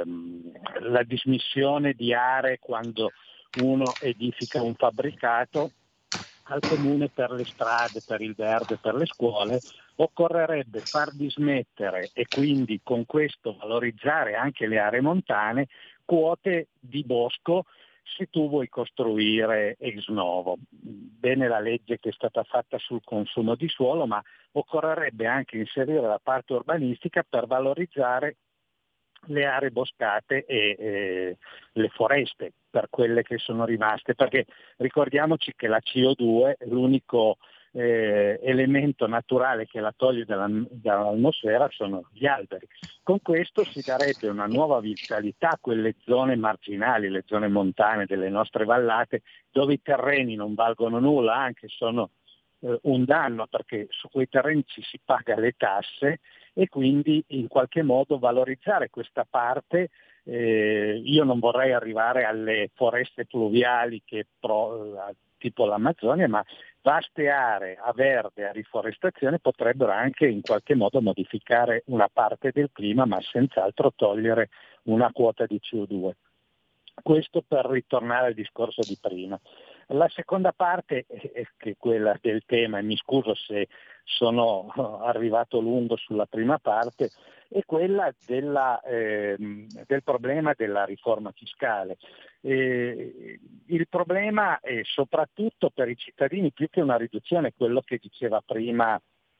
la dismissione di aree quando uno edifica un fabbricato al comune per le strade, per il verde, per le scuole. Occorrerebbe far dismettere e quindi con questo valorizzare anche le aree montane quote di bosco se tu vuoi costruire ex novo. Bene la legge che è stata fatta sul consumo di suolo, ma occorrerebbe anche inserire la parte urbanistica per valorizzare le aree boscate e le foreste per quelle che sono rimaste, perché ricordiamoci che la CO2 è l'unico elemento naturale che la toglie dall'atmosfera sono gli alberi. Con questo si darebbe una nuova vitalità a quelle zone marginali, le zone montane delle nostre vallate, dove i terreni non valgono nulla, anche sono un danno, perché su quei terreni ci si paga le tasse, e quindi in qualche modo valorizzare questa parte. Io non vorrei arrivare alle foreste pluviali tipo l'Amazzonia, ma vaste aree a verde, a riforestazione potrebbero anche in qualche modo modificare una parte del clima, ma senz'altro togliere una quota di CO2. Questo per ritornare al discorso di prima. La seconda parte è quella del tema, e mi scuso se sono arrivato lungo sulla prima parte, è quella del problema della riforma fiscale. Il problema è soprattutto per i cittadini, più che una riduzione, quello che diceva prima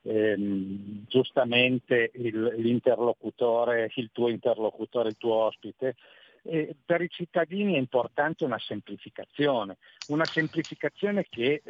giustamente l'interlocutore, il tuo interlocutore, il tuo ospite. Per i cittadini è importante una semplificazione che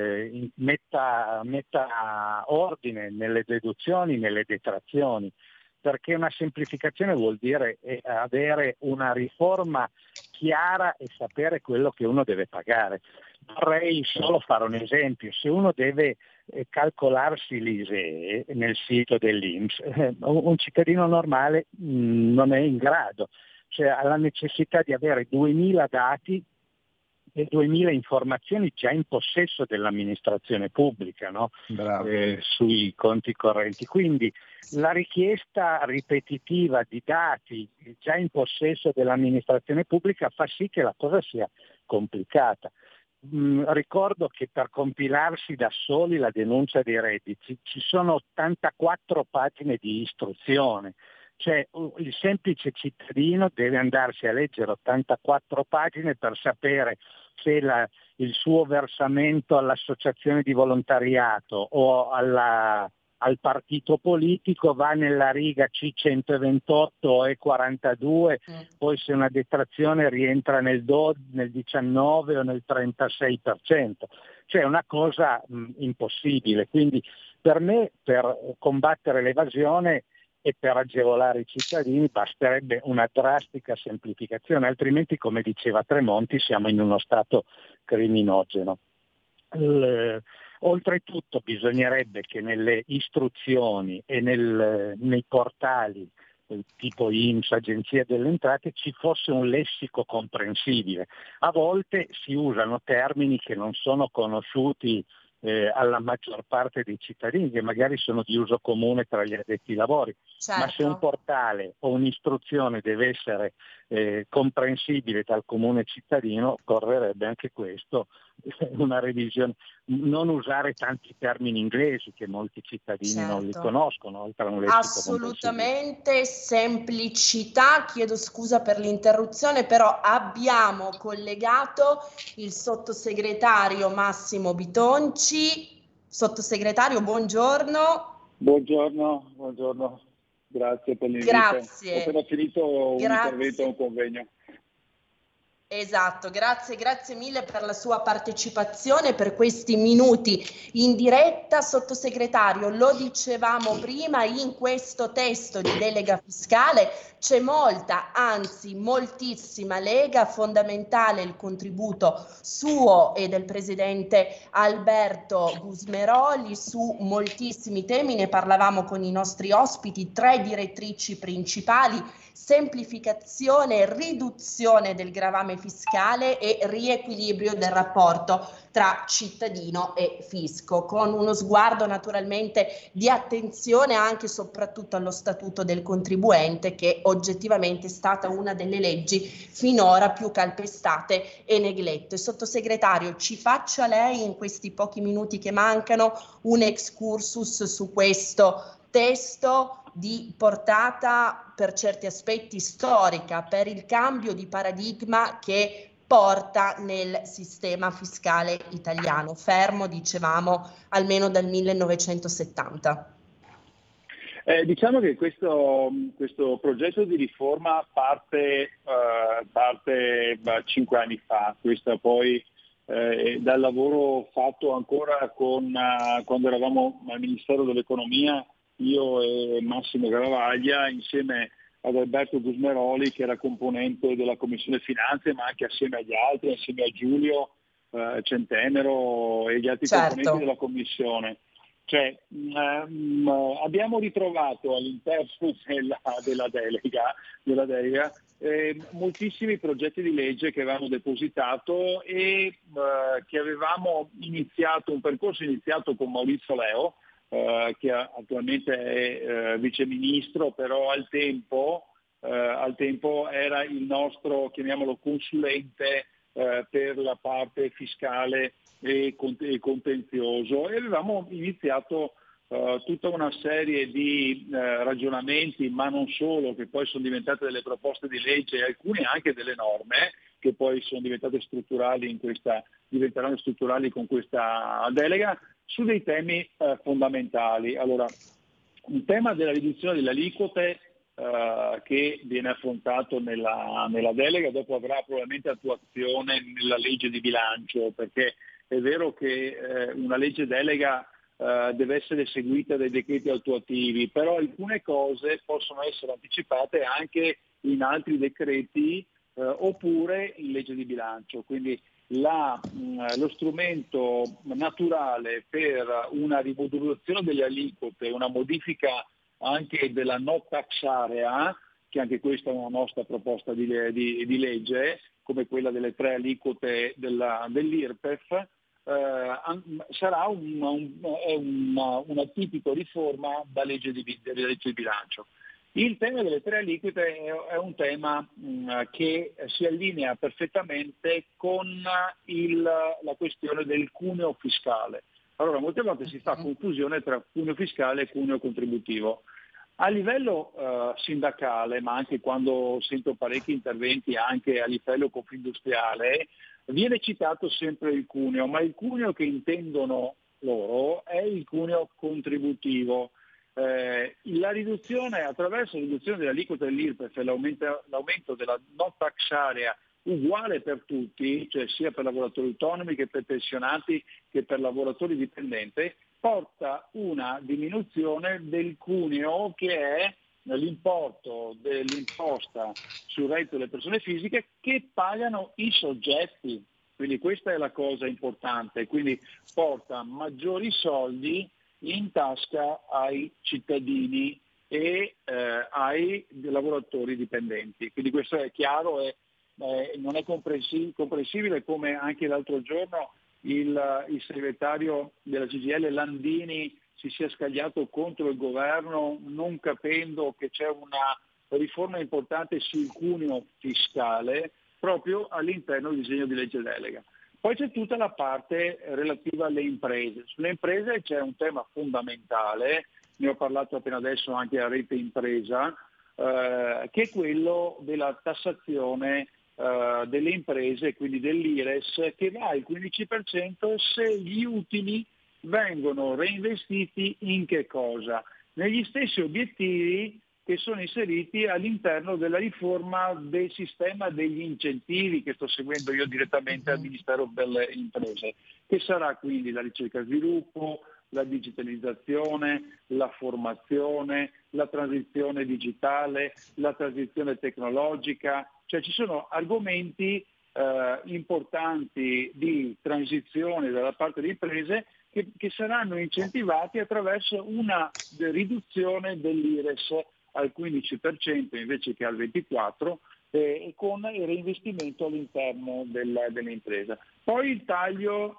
metta ordine nelle deduzioni, nelle detrazioni, perché una semplificazione vuol dire avere una riforma chiara e sapere quello che uno deve pagare. Vorrei solo fare un esempio: se uno deve calcolarsi l'ISEE nel sito dell'INPS, un cittadino normale non è in grado, cioè ha la necessità di avere 2000 dati e 2000 informazioni già in possesso dell'amministrazione pubblica, no? Sui conti correnti. Quindi la richiesta ripetitiva di dati già in possesso dell'amministrazione pubblica fa sì che la cosa sia complicata. Ricordo che per compilarsi da soli la denuncia dei redditi ci sono 84 pagine di istruzione. Cioè il semplice cittadino deve andarsi a leggere 84 pagine per sapere se il suo versamento all'associazione di volontariato o al partito politico va nella riga C128 e 42, poi se una detrazione rientra nel 19 o nel 36%. Cioè è una cosa impossibile. Quindi per me, per combattere l'evasione e per agevolare i cittadini basterebbe una drastica semplificazione, altrimenti, come diceva Tremonti, siamo in uno stato criminogeno. Oltretutto bisognerebbe che nelle istruzioni e nei portali tipo INPS, Agenzia delle Entrate, ci fosse un lessico comprensibile. A volte si usano termini che non sono conosciuti alla maggior parte dei cittadini, che magari sono di uso comune tra gli addetti ai lavori. Certo. Ma se un portale o un'istruzione deve essere comprensibile dal comune cittadino, occorrerebbe anche questo, una revisione, non usare tanti termini inglesi che molti cittadini non li conoscono, oltre a un lessico assolutamente semplicità. Chiedo scusa per l'interruzione, però abbiamo collegato il sottosegretario Massimo Bitonci. Sottosegretario, buongiorno. Buongiorno, grazie per l'invito. Grazie. Ho appena finito un intervento a un convegno. Esatto, grazie mille per la sua partecipazione, per questi minuti in diretta. Sottosegretario, lo dicevamo prima, in questo testo di delega fiscale c'è molta, anzi moltissima lega, fondamentale il contributo suo e del presidente Alberto Gusmeroli su moltissimi temi, ne parlavamo con i nostri ospiti, 3 direttrici principali: semplificazione, riduzione del gravame fiscale e riequilibrio del rapporto tra cittadino e fisco, con uno sguardo naturalmente di attenzione anche e soprattutto allo statuto del contribuente, che oggettivamente è stata una delle leggi finora più calpestate e neglette. Sottosegretario, ci faccia lei in questi pochi minuti che mancano un excursus su questo testo di portata per certi aspetti storica, per il cambio di paradigma che porta nel sistema fiscale italiano, fermo, dicevamo, almeno dal 1970. Diciamo che questo progetto di riforma parte 5 anni fa, questo poi dal lavoro fatto ancora quando eravamo al Ministero dell'Economia, io e Massimo Garavaglia, insieme ad Alberto Gusmeroli, che era componente della Commissione Finanze, ma anche assieme agli altri, assieme a Giulio Centenero e gli altri componenti della Commissione. Cioè, abbiamo ritrovato all'interno della delega moltissimi progetti di legge che avevamo depositato e che avevamo iniziato, un percorso iniziato con Maurizio Leo, che attualmente è viceministro, però al tempo era il nostro, chiamiamolo, consulente per la parte fiscale e contenzioso, e avevamo iniziato tutta una serie di ragionamenti, ma non solo, che poi sono diventate delle proposte di legge e alcune anche delle norme che poi sono diventate diventeranno strutturali con questa delega, su dei temi fondamentali. Allora, un tema della riduzione delle aliquote che viene affrontato nella delega, dopo avrà probabilmente attuazione nella legge di bilancio, perché è vero che una legge delega deve essere seguita dai decreti attuativi, però alcune cose possono essere anticipate anche in altri decreti oppure in legge di bilancio. Quindi lo strumento naturale per una rimodulazione delle aliquote, una modifica anche della no tax area, che anche questa è una nostra proposta di legge, come quella delle 3 aliquote dell'IRPEF, sarà una tipica riforma da legge di bilancio. Il tema delle 3 aliquote è un tema che si allinea perfettamente con la questione del cuneo fiscale. Allora, molte volte si fa confusione tra cuneo fiscale e cuneo contributivo. A livello sindacale, ma anche quando sento parecchi interventi anche a livello confindustriale, viene citato sempre il cuneo, ma il cuneo che intendono loro è il cuneo contributivo. La riduzione, attraverso la riduzione dell'aliquota dell'IRPEF e l'aumento della no tax area uguale per tutti, cioè sia per lavoratori autonomi che per pensionati che per lavoratori dipendenti, porta una diminuzione del cuneo, che è l'importo dell'imposta sul reddito delle persone fisiche che pagano i soggetti. Quindi questa è la cosa importante, quindi porta maggiori soldi in tasca ai cittadini e ai lavoratori dipendenti. Quindi questo è chiaro e non è comprensibile come anche l'altro giorno il segretario della CGIL Landini si sia scagliato contro il governo, non capendo che c'è una riforma importante sul cuneo fiscale proprio all'interno del disegno di legge delega. Poi c'è tutta la parte relativa alle imprese. Sulle imprese c'è un tema fondamentale, ne ho parlato appena adesso anche a Rete Impresa, che è quello della tassazione delle imprese, quindi dell'IRES, che va al 15% se gli utili vengono reinvestiti in che cosa? Negli stessi obiettivi che sono inseriti all'interno della riforma del sistema degli incentivi che sto seguendo io direttamente al Ministero delle Imprese, che sarà quindi la ricerca e sviluppo, la digitalizzazione, la formazione, la transizione digitale, la transizione tecnologica, cioè ci sono argomenti importanti di transizione dalla parte delle imprese che saranno incentivati attraverso una riduzione dell'IRES al 15% invece che al 24%, con il reinvestimento all'interno dell'impresa. Poi il taglio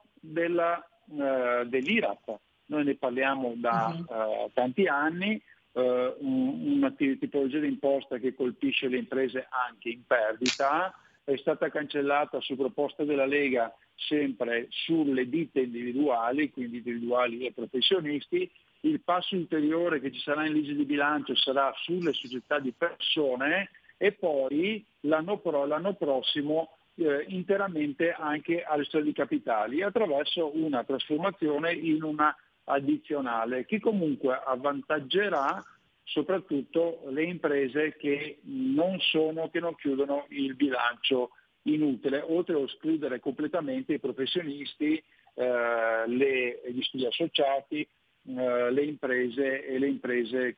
dell'IRAP, noi ne parliamo da tanti anni, una tipologia di imposta che colpisce le imprese anche in perdita, è stata cancellata su proposta della Lega sempre sulle ditte individuali, quindi individuali e professionisti. Il passo ulteriore che ci sarà in legge di bilancio sarà sulle società di persone e poi l'anno prossimo interamente anche alle società di capitali attraverso una trasformazione in una addizionale che comunque avvantaggerà soprattutto le imprese che non chiudono il bilancio inutile, oltre a escludere completamente i professionisti, gli studi associati, le imprese e le imprese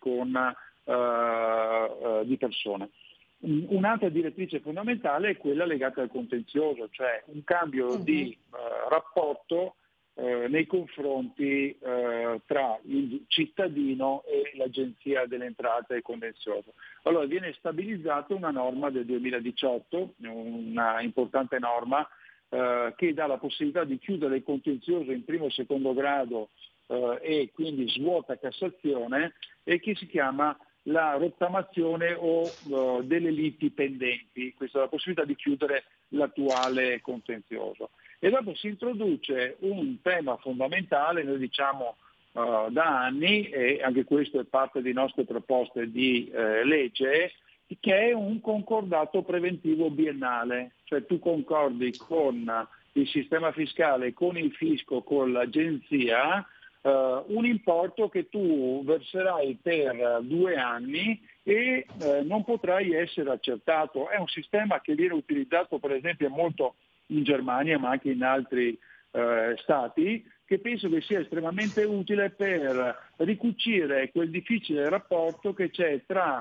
di persone. Un'altra direttrice fondamentale è quella legata al contenzioso, cioè un cambio di rapporto nei confronti tra il cittadino e l'Agenzia delle Entrate e contenzioso. Allora viene stabilizzata una norma del 2018, una importante norma che dà la possibilità di chiudere il contenzioso in primo e secondo grado e quindi svuota Cassazione, e che si chiama la rottamazione o delle liti pendenti. Questa è la possibilità di chiudere l'attuale contenzioso. E dopo si introduce un tema fondamentale, noi diciamo da anni, e anche questo è parte di nostre proposte di legge, che è un concordato preventivo biennale, cioè tu concordi con il sistema fiscale, con il fisco, con l'agenzia, un importo che tu verserai per 2 anni e non potrai essere accertato. È un sistema che viene utilizzato per esempio molto in Germania ma anche in altri stati, che penso che sia estremamente utile per ricucire quel difficile rapporto che c'è tra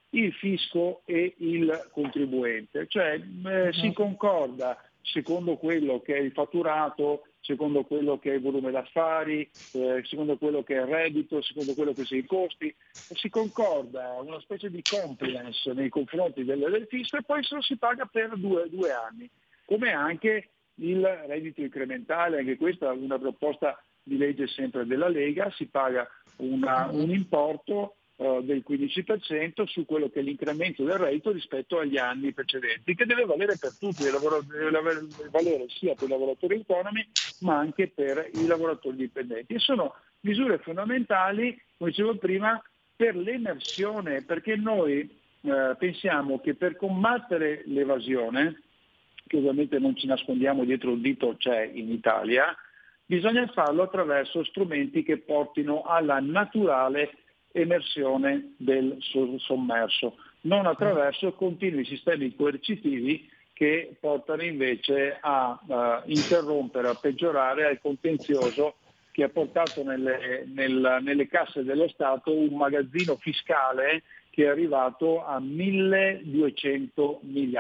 il fisco e il contribuente, cioè si concorda secondo quello che è il fatturato, secondo quello che è il volume d'affari, secondo quello che è il reddito, secondo quello che sono i costi, si concorda una specie di compliance nei confronti del fisco e poi se lo si paga per due anni, come anche il reddito incrementale, anche questa è una proposta di legge sempre della Lega, si paga un importo del 15% su quello che è l'incremento del reddito rispetto agli anni precedenti, che deve valere per tutti, deve valere sia per i lavoratori autonomi ma anche per i lavoratori dipendenti. E sono misure fondamentali, come dicevo prima, per l'emersione, perché noi pensiamo che per combattere l'evasione, che ovviamente non ci nascondiamo dietro il dito c'è in Italia, bisogna farlo attraverso strumenti che portino alla naturale emersione del sommerso, non attraverso continui sistemi coercitivi che portano invece a interrompere, a peggiorare al contenzioso che ha portato nelle casse dello Stato un magazzino fiscale che è arrivato a 1.200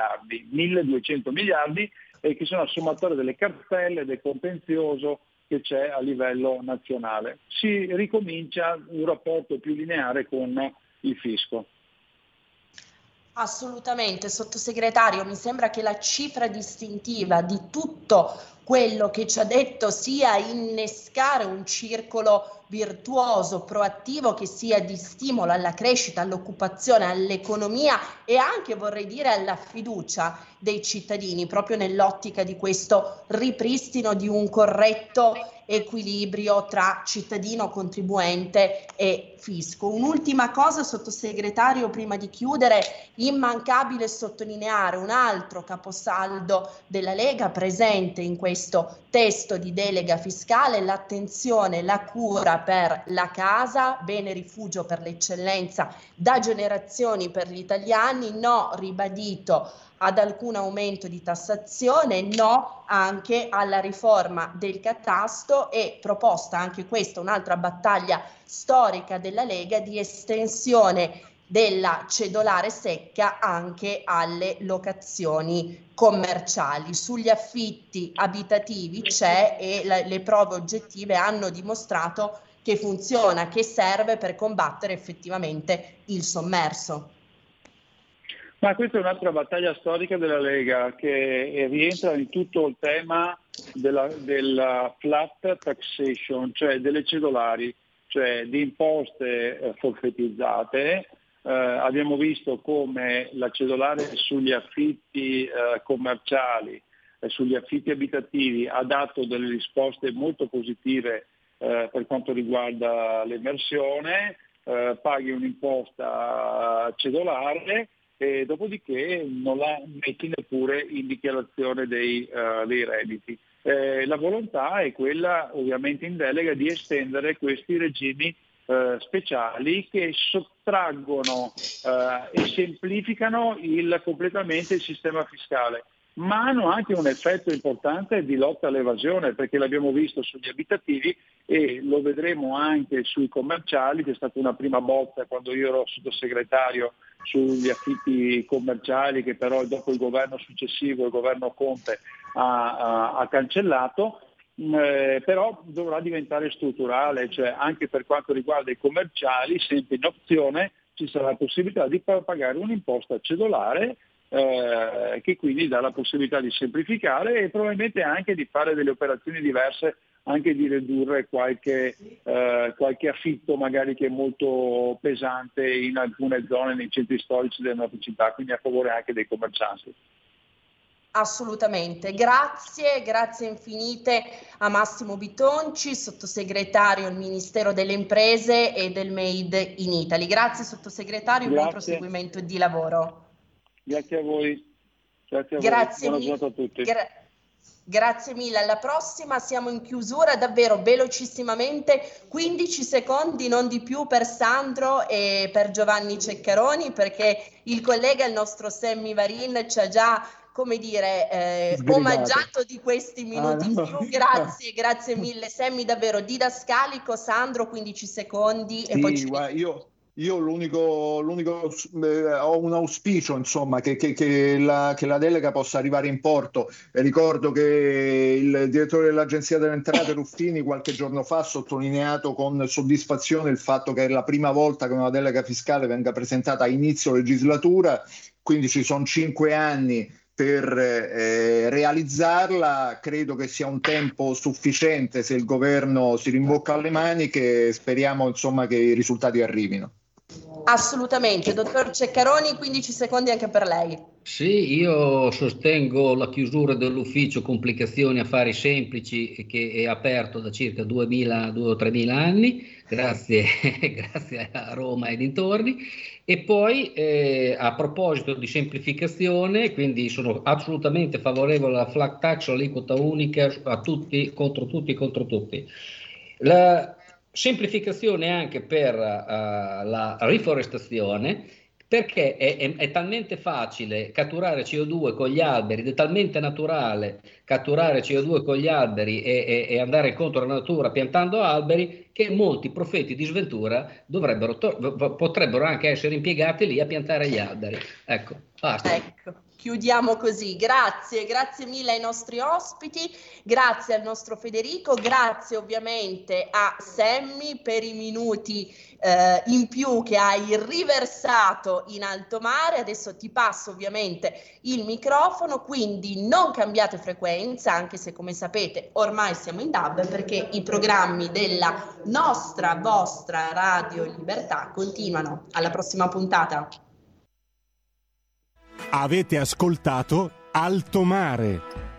miliardi e che sono la sommatoria delle cartelle, del contenzioso che c'è a livello nazionale. Si ricomincia un rapporto più lineare con il fisco. Assolutamente, sottosegretario, mi sembra che la cifra distintiva di tutto quello che ci ha detto sia innescare un circolo virtuoso, proattivo, che sia di stimolo alla crescita, all'occupazione, all'economia e anche, vorrei dire, alla fiducia dei cittadini, proprio nell'ottica di questo ripristino di un corretto equilibrio tra cittadino, contribuente e fisco. Un'ultima cosa, sottosegretario, prima di chiudere, immancabile sottolineare un altro caposaldo della Lega presente in questo testo di delega fiscale, l'attenzione, la cura per la casa, bene rifugio per l'eccellenza da generazioni per gli italiani, no ribadito ad alcun aumento di tassazione, no anche alla riforma del catasto e proposta anche questa, un'altra battaglia storica della Lega, di estensione della cedolare secca anche alle locazioni commerciali. Sugli affitti abitativi c'è e le prove oggettive hanno dimostrato che funziona, che serve per combattere effettivamente il sommerso. Ma questa è un'altra battaglia storica della Lega che rientra in tutto il tema della flat taxation, cioè delle cedolari, cioè di imposte forfetizzate. Abbiamo visto come la cedolare sugli affitti commerciali, sugli affitti abitativi ha dato delle risposte molto positive per quanto riguarda l'emersione, paghi un'imposta cedolare e dopodiché non la metti neppure in dichiarazione dei redditi. La volontà è quella, ovviamente in delega, di estendere questi regimi speciali che sottraggono e semplificano completamente il sistema fiscale, ma hanno anche un effetto importante di lotta all'evasione, perché l'abbiamo visto sugli abitativi e lo vedremo anche sui commerciali. C'è stata una prima botta quando io ero sottosegretario sugli affitti commerciali, che però dopo il governo successivo, il governo Conte, ha cancellato. Però dovrà diventare strutturale, cioè anche per quanto riguarda i commerciali, sempre in opzione ci sarà la possibilità di pagare un'imposta cedolare che quindi dà la possibilità di semplificare e probabilmente anche di fare delle operazioni diverse, anche di ridurre qualche affitto magari che è molto pesante in alcune zone, nei centri storici delle nostre città, quindi a favore anche dei commercianti. Assolutamente, grazie infinite a Massimo Bitonci, sottosegretario al Ministero delle Imprese e del Made in Italy. Grazie sottosegretario, buon proseguimento di lavoro. Grazie a voi. Grazie buona giornata a tutti. Grazie mille, alla prossima, siamo in chiusura, davvero velocissimamente, 15 secondi, non di più, per Sandro e per Giovanni Ceccaroni, perché il collega, il nostro Sammy Varin, ci ha già, come dire, omaggiato di questi minuti in più. Grazie mille Sammy, davvero didascalico. Sandro, 15 secondi. Sì, e poi guarda, io Io ho un auspicio, insomma, che la delega possa arrivare in porto. Ricordo che il direttore dell'Agenzia delle Entrate Ruffini qualche giorno fa ha sottolineato con soddisfazione il fatto che è la prima volta che una delega fiscale venga presentata a inizio legislatura, quindi ci sono 5 anni per realizzarla. Credo che sia un tempo sufficiente se il governo si rimbocca le maniche. Speriamo, insomma, che i risultati arrivino. Assolutamente. Dottor Ceccaroni, 15 secondi anche per lei. Sì, io sostengo la chiusura dell'ufficio complicazioni affari semplici, che è aperto da circa 2 o 3.000 anni, grazie a Roma e dintorni. E poi a proposito di semplificazione, quindi sono assolutamente favorevole alla flat tax, aliquota unica a tutti, contro tutti. La semplificazione anche per la riforestazione, perché è talmente facile catturare CO2 con gli alberi, ed è talmente naturale catturare CO2 con gli alberi e andare contro la natura piantando alberi, che molti profeti di sventura potrebbero anche essere impiegati lì a piantare gli alberi. Ecco, basta. Ecco. Chiudiamo così, grazie mille ai nostri ospiti, grazie al nostro Federico, grazie ovviamente a Sammy per i minuti in più che hai riversato in alto mare. Adesso ti passo ovviamente il microfono, quindi non cambiate frequenza, anche se come sapete ormai siamo in DAB, perché i programmi della vostra Radio Libertà continuano. Alla prossima puntata. Avete ascoltato Alto Mare.